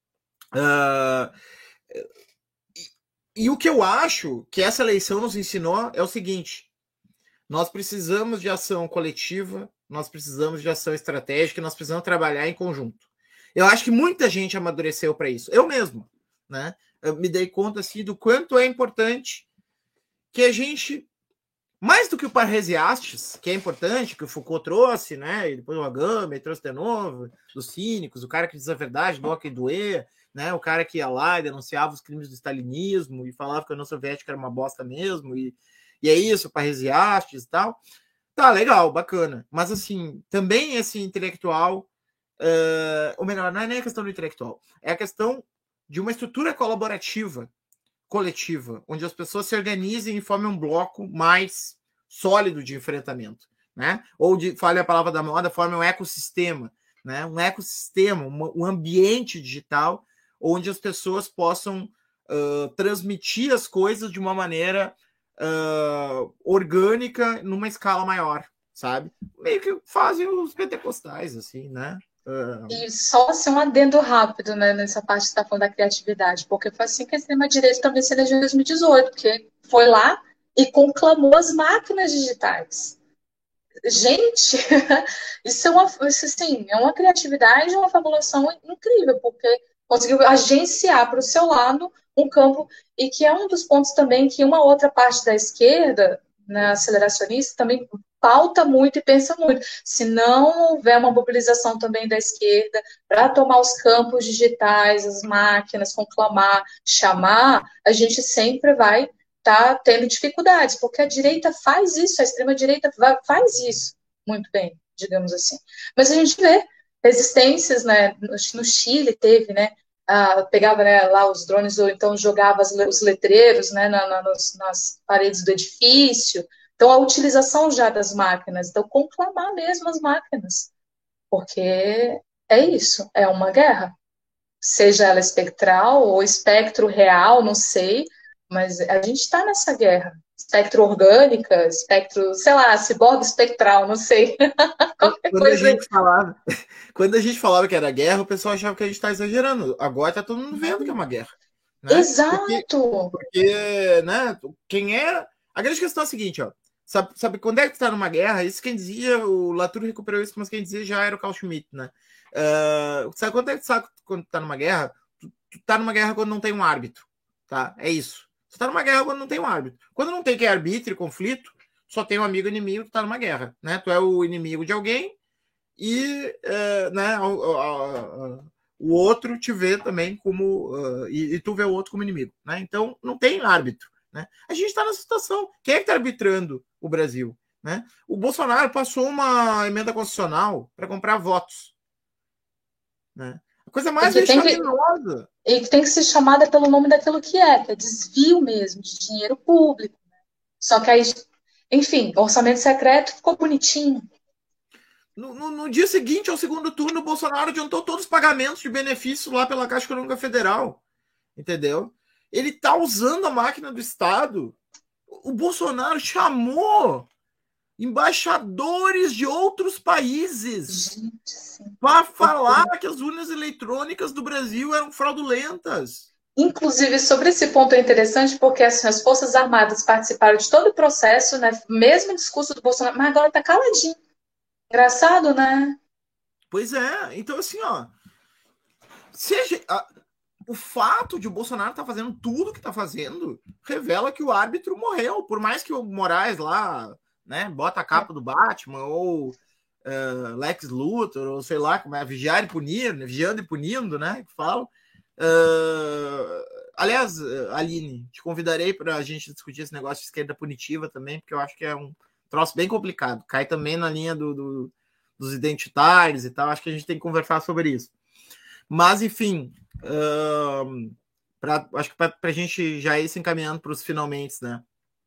e o que eu acho que essa eleição nos ensinou é o seguinte: nós precisamos de ação coletiva, nós precisamos de ação estratégica, nós precisamos trabalhar em conjunto. Eu acho que muita gente amadureceu para isso. Eu mesmo, né? Eu me dei conta assim do quanto é importante que a gente, mais do que o Parresiastes, que é importante, que o Foucault trouxe, né? E depois o Agamben trouxe de novo, dos cínicos, o cara que diz a verdade, do Ok Doer, né? O cara que ia lá e denunciava os crimes do stalinismo e falava que a União Soviética era uma bosta mesmo, e é isso, o Parresiastes e tal. Tá, legal, bacana. Mas, assim, também esse intelectual ou melhor, não é nem a questão do intelectual, é a questão de uma estrutura colaborativa, coletiva, onde as pessoas se organizem e formem um bloco mais sólido de enfrentamento, né? Ou, fale a palavra da moda, formem um ecossistema, né? Um ecossistema, um ambiente digital onde as pessoas possam transmitir as coisas de uma maneira orgânica numa escala maior, sabe? Meio que fazem os pentecostais, assim, né? E só assim, um adendo rápido, né, nessa parte que você está falando da criatividade, porque foi assim que a extrema-direita também se elegeu em 2018, porque foi lá e conclamou as máquinas digitais. Gente, isso assim, é uma criatividade e uma fabulação incrível, porque conseguiu agenciar para o seu lado um campo, e que é um dos pontos também que uma outra parte da esquerda, né, aceleracionista, também pauta muito e pensa muito. Se não houver uma mobilização também da esquerda para tomar os campos digitais, as máquinas, conclamar, chamar, a gente sempre vai está tendo dificuldades, porque a direita faz isso, a extrema-direita faz isso muito bem, digamos assim. Mas a gente vê resistências, né? No Chile teve, né? Pegava, né, lá os drones ou então jogava os letreiros, né, nas paredes do edifício. Então a utilização já das máquinas, então conclamar mesmo as máquinas, porque é isso, é uma guerra, seja ela espectral ou espectro real, não sei, mas a gente está nessa guerra. Espectro orgânica, espectro, sei lá, ciborgue espectral, não sei. Qualquer Quando a coisa aí. gente falava, quando a gente falava que era guerra, o pessoal achava que a gente está exagerando. Agora está todo mundo vendo que é uma guerra, né? Exato. Porque, né? Quem é? A grande questão é a seguinte, ó. Sabe quando é que está numa guerra? Isso quem dizia, o Latour recuperou isso, mas quem dizia já era o Carl Schmitt, né? Sabe quando é que sabe quando tá numa guerra? Tu tá numa guerra quando não tem um árbitro, tá? É isso. Você tá numa guerra quando não tem um árbitro. Quando não tem que arbítrio, conflito, só tem um amigo inimigo, tu tá numa guerra, né? Tu é o inimigo de alguém e né, o outro te vê também como e tu vê o outro como inimigo, né? Então não tem árbitro, né? A gente está nessa situação. Quem é que está arbitrando o Brasil, né? O Bolsonaro passou uma emenda constitucional para comprar votos, né? A coisa mais vexaminosa. E que tem que ser chamada pelo nome daquilo que é desvio mesmo de dinheiro público. Só que aí, enfim, orçamento secreto ficou bonitinho. No dia seguinte ao segundo turno, o Bolsonaro adiantou todos os pagamentos de benefício lá pela Caixa Econômica Federal. Entendeu? Ele está usando a máquina do Estado. O Bolsonaro chamou embaixadores de outros países para falar que as urnas eletrônicas do Brasil eram fraudulentas. Inclusive, sobre esse ponto é interessante, porque assim, as Forças Armadas participaram de todo o processo, né? Mesmo discurso do Bolsonaro, mas agora tá caladinho. Engraçado, né? Pois é. Então, assim, ó. O fato de o Bolsonaro estar fazendo tudo que está fazendo revela que o árbitro morreu. Por mais que o Moraes lá, né, bota a capa do Batman, ou Lex Luthor, ou sei lá, como é, vigiar e punir, né, vigiando e punindo, né, que falam. Aliás, Aline, te convidarei para a gente discutir esse negócio de esquerda punitiva também, porque eu acho que é um troço bem complicado. Cai também na linha dos identitários e tal. Acho que a gente tem que conversar sobre isso. Mas, enfim, acho que para a gente já ir se encaminhando para os finalmente, né?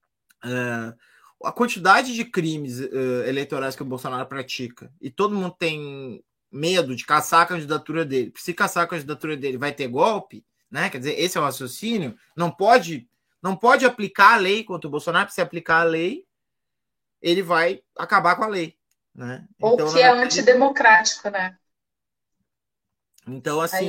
A quantidade de crimes eleitorais que o Bolsonaro pratica, e todo mundo tem medo de caçar a candidatura dele. Se caçar a candidatura dele, vai ter golpe, né? Quer dizer, esse é o raciocínio. Não pode aplicar a lei contra o Bolsonaro, porque se aplicar a lei, ele vai acabar com a lei, né? Ou então, que é antidemocrático, né? Então, assim,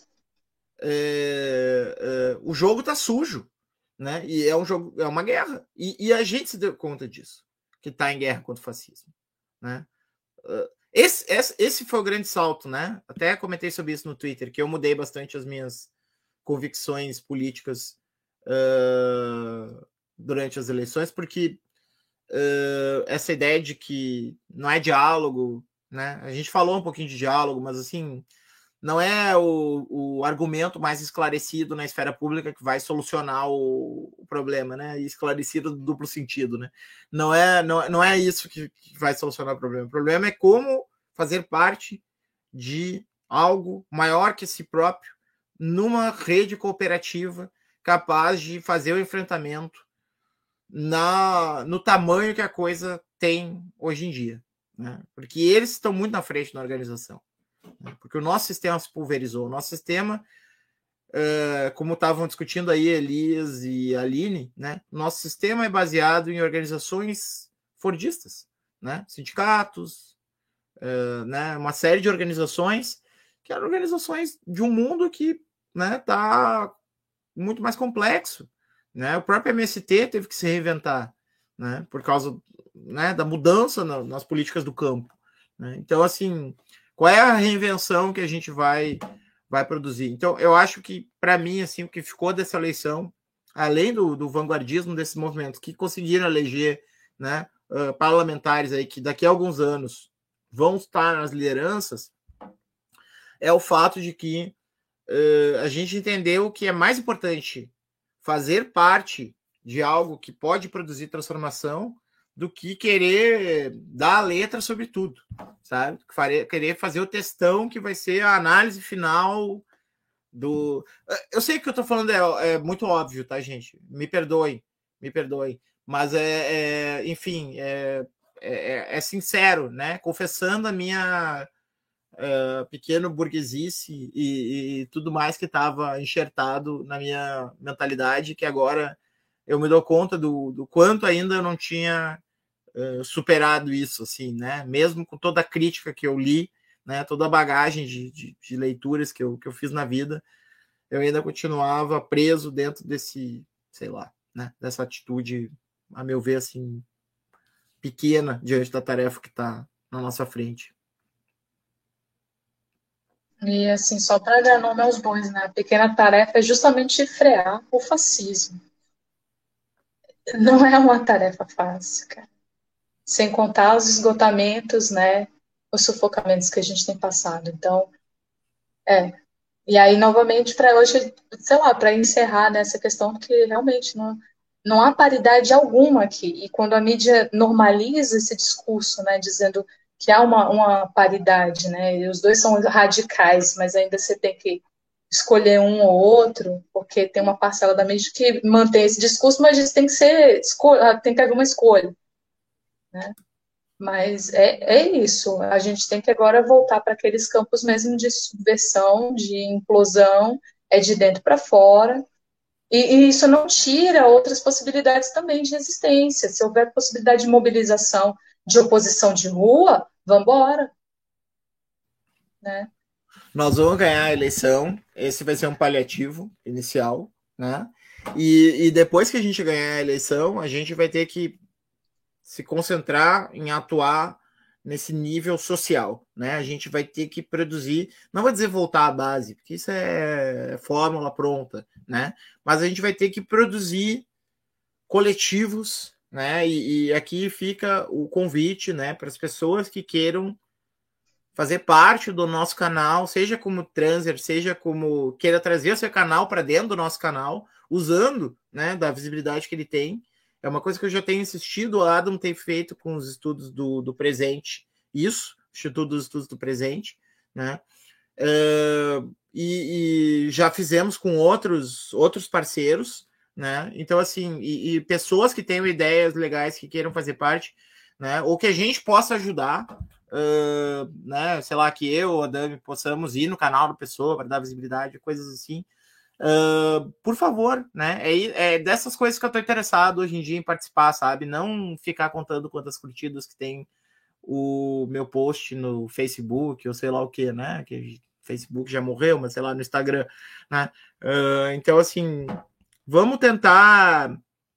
o jogo tá sujo, né? E é um jogo, é uma guerra. E a gente se deu conta disso, que está em guerra contra o fascismo, né? Esse foi o grande salto, né? Até comentei sobre isso no Twitter, que eu mudei bastante as minhas convicções políticas durante as eleições, porque essa ideia de que não é diálogo, né? A gente falou um pouquinho de diálogo, mas assim, não é o argumento mais esclarecido na esfera pública que vai solucionar o problema, né? Esclarecido do duplo sentido, né? Não é isso que vai solucionar o problema. O problema é como fazer parte de algo maior que si próprio, numa rede cooperativa capaz de fazer o enfrentamento no tamanho que a coisa tem hoje em dia, né? Porque eles estão muito na frente na organização, né? Porque o nosso sistema se pulverizou. O nosso sistema, como estavam discutindo aí Elias e Aline, né? Nosso sistema é baseado em organizações fordistas, né? Sindicatos, né? Uma série de organizações que eram organizações de um mundo que, né, tá muito mais complexo, né? O próprio MST teve que se reinventar, né? Por causa, né, da mudança nas políticas do campo, né? Então, assim, qual é a reinvenção que a gente vai produzir? Então, eu acho que, para mim, assim, o que ficou dessa eleição, além do vanguardismo desses movimentos que conseguiram eleger, né, parlamentares aí que daqui a alguns anos vão estar nas lideranças, é o fato de que a gente entendeu que é mais importante fazer parte de algo que pode produzir transformação do que querer dar a letra sobre tudo, sabe? Querer fazer o textão que vai ser a análise final do... Eu sei que eu tô falando é muito óbvio, tá, gente? Me perdoem, mas enfim, é sincero, né? Confessando a minha pequeno burguesice e tudo mais que estava enxertado na minha mentalidade, que agora eu me dou conta do quanto ainda eu não tinha superado isso, assim, né? Mesmo com toda a crítica que eu li, né? Toda a bagagem de leituras que eu fiz na vida, eu ainda continuava preso dentro desse, sei lá, né? Dessa atitude, a meu ver, assim, pequena diante da tarefa que está na nossa frente. E assim, só para dar nome aos bois, né? A pequena tarefa é justamente frear o fascismo. Não é uma tarefa fácil, cara. Sem contar os esgotamentos, né? Os sufocamentos que a gente tem passado. Então, E aí, novamente, para hoje, sei lá, para encerrar nessa questão, porque realmente não há paridade alguma aqui. E quando a mídia normaliza esse discurso, né, dizendo que há uma paridade, né, e os dois são radicais, mas ainda você tem que escolher um ou outro, porque tem uma parcela da mídia que mantém esse discurso, mas isso tem que tem que haver uma escolha, né? Mas é isso. A gente tem que agora voltar para aqueles campos mesmo de subversão, de implosão, é de dentro para fora. E isso não tira outras possibilidades também de resistência. Se houver possibilidade de mobilização, de oposição de rua, vamos embora, né? Nós vamos ganhar a eleição, esse vai ser um paliativo inicial, né? E depois que a gente ganhar a eleição, a gente vai ter que se concentrar em atuar nesse nível social, né? A gente vai ter que produzir, não vou dizer voltar à base, porque isso é fórmula pronta, né? Mas a gente vai ter que produzir coletivos, né? E aqui fica o convite, né, para as pessoas que queiram fazer parte do nosso canal, seja como transer, seja como queira trazer o seu canal para dentro do nosso canal, usando, né, da visibilidade que ele tem. É uma coisa que eu já tenho insistido, o Adam tem feito com os estudos do presente, isso, Instituto dos Estudos do Presente, né? E já fizemos com outros parceiros, né? Então, assim, e pessoas que tenham ideias legais que queiram fazer parte, né? Ou que a gente possa ajudar, né? Sei lá, que eu ou a Dami possamos ir no canal da pessoa para dar visibilidade, coisas assim. Por favor, né? É dessas coisas que eu estou interessado hoje em dia em participar, sabe? Não ficar contando quantas curtidas que tem o meu post no Facebook, ou sei lá o que, né? Que Facebook já morreu, mas sei lá, no Instagram, né? Então, assim, vamos tentar.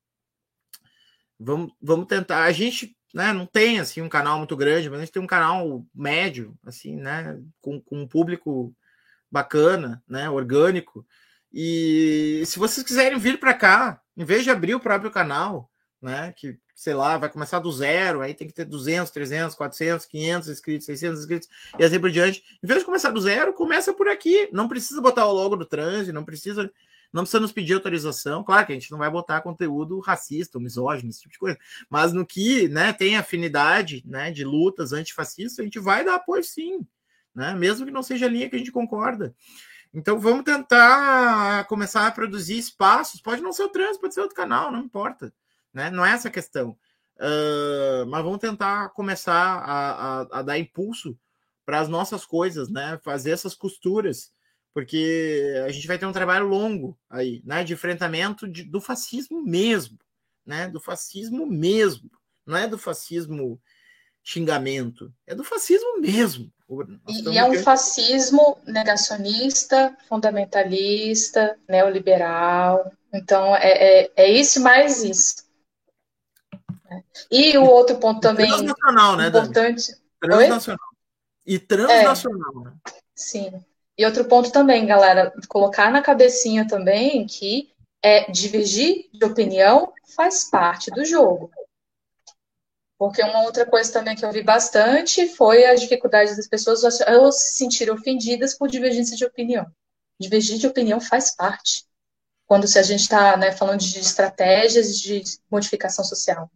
Vamos tentar. A gente, né, não tem assim um canal muito grande, mas a gente tem um canal médio, assim, né? Com um público bacana, né? Orgânico. E se vocês quiserem vir para cá, em vez de abrir o próprio canal, né, que, sei lá, vai começar do zero, aí tem que ter 200, 300, 400, 500 inscritos, 600 inscritos, e assim por diante. Em vez de começar do zero, começa por aqui. Não precisa botar o logo do trans, não precisa nos pedir autorização. Claro que a gente não vai botar conteúdo racista, misógino, esse tipo de coisa. Mas no que, né, tem afinidade, né, de lutas antifascistas, a gente vai dar apoio sim. né? Mesmo que não seja a linha que a gente concorda. Então vamos tentar começar a produzir espaços. Pode não ser o Trans, pode ser outro canal, não importa, né? Não é essa a questão. Mas vamos tentar começar a dar impulso para as nossas coisas, né? Fazer essas costuras, porque a gente vai ter um trabalho longo aí, né? De enfrentamento do fascismo mesmo, né? Do fascismo mesmo, não é do fascismo xingamento, é do fascismo mesmo. E é um fascismo negacionista, fundamentalista, neoliberal. Então, é isso mais isso. E o outro ponto também transnacional, importante... Né, transnacional. Oi? E transnacional. Né? Sim. E outro ponto também, galera, colocar na cabecinha também que divergir de opinião faz parte do jogo. Porque uma outra coisa também que eu vi bastante foi a dificuldade das pessoas ao se sentirem ofendidas por divergência de opinião. Divergir de opinião faz parte. Quando se a gente está, né, falando de estratégias de modificação social.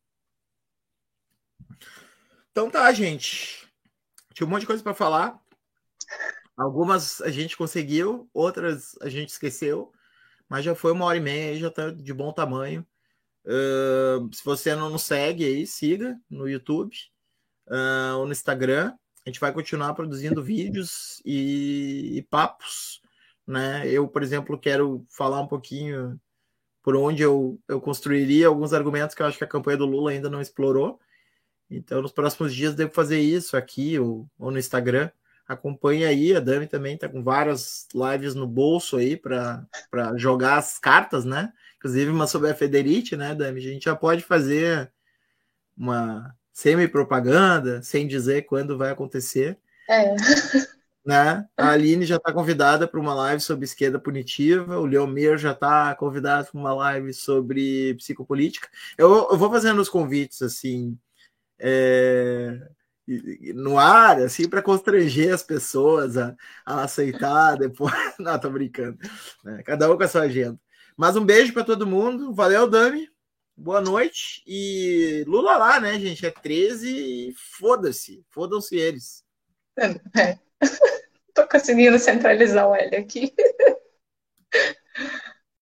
Então tá, gente. Tinha um monte de coisa para falar. Algumas a gente conseguiu, outras a gente esqueceu. Mas já foi 1h30 aí, já tá de bom tamanho. Se você não nos segue aí, siga no YouTube ou no Instagram. A gente vai continuar produzindo vídeos e papos, né? Eu, por exemplo, quero falar um pouquinho por onde eu construiria alguns argumentos que eu acho que a campanha do Lula ainda não explorou. Então, nos próximos dias, devo fazer isso aqui ou no Instagram. Acompanhe aí, a Dami também está com várias lives no bolso aí para jogar as cartas, né? Inclusive uma sobre a Federite, né, Dami? A gente já pode fazer uma semi-propaganda, sem dizer quando vai acontecer. Né? A Aline já está convidada para uma live sobre esquerda punitiva, o Leomir já está convidado para uma live sobre psicopolítica. Eu vou fazendo os convites, assim, no ar, assim, para constranger as pessoas a aceitar depois. Não, tô brincando. Né? Cada um com a sua agenda. Mas um beijo para todo mundo. Valeu, Dami. Boa noite. E Lula lá, né, gente? É 13 e foda-se. Fodam-se eles. Tô conseguindo centralizar o L aqui.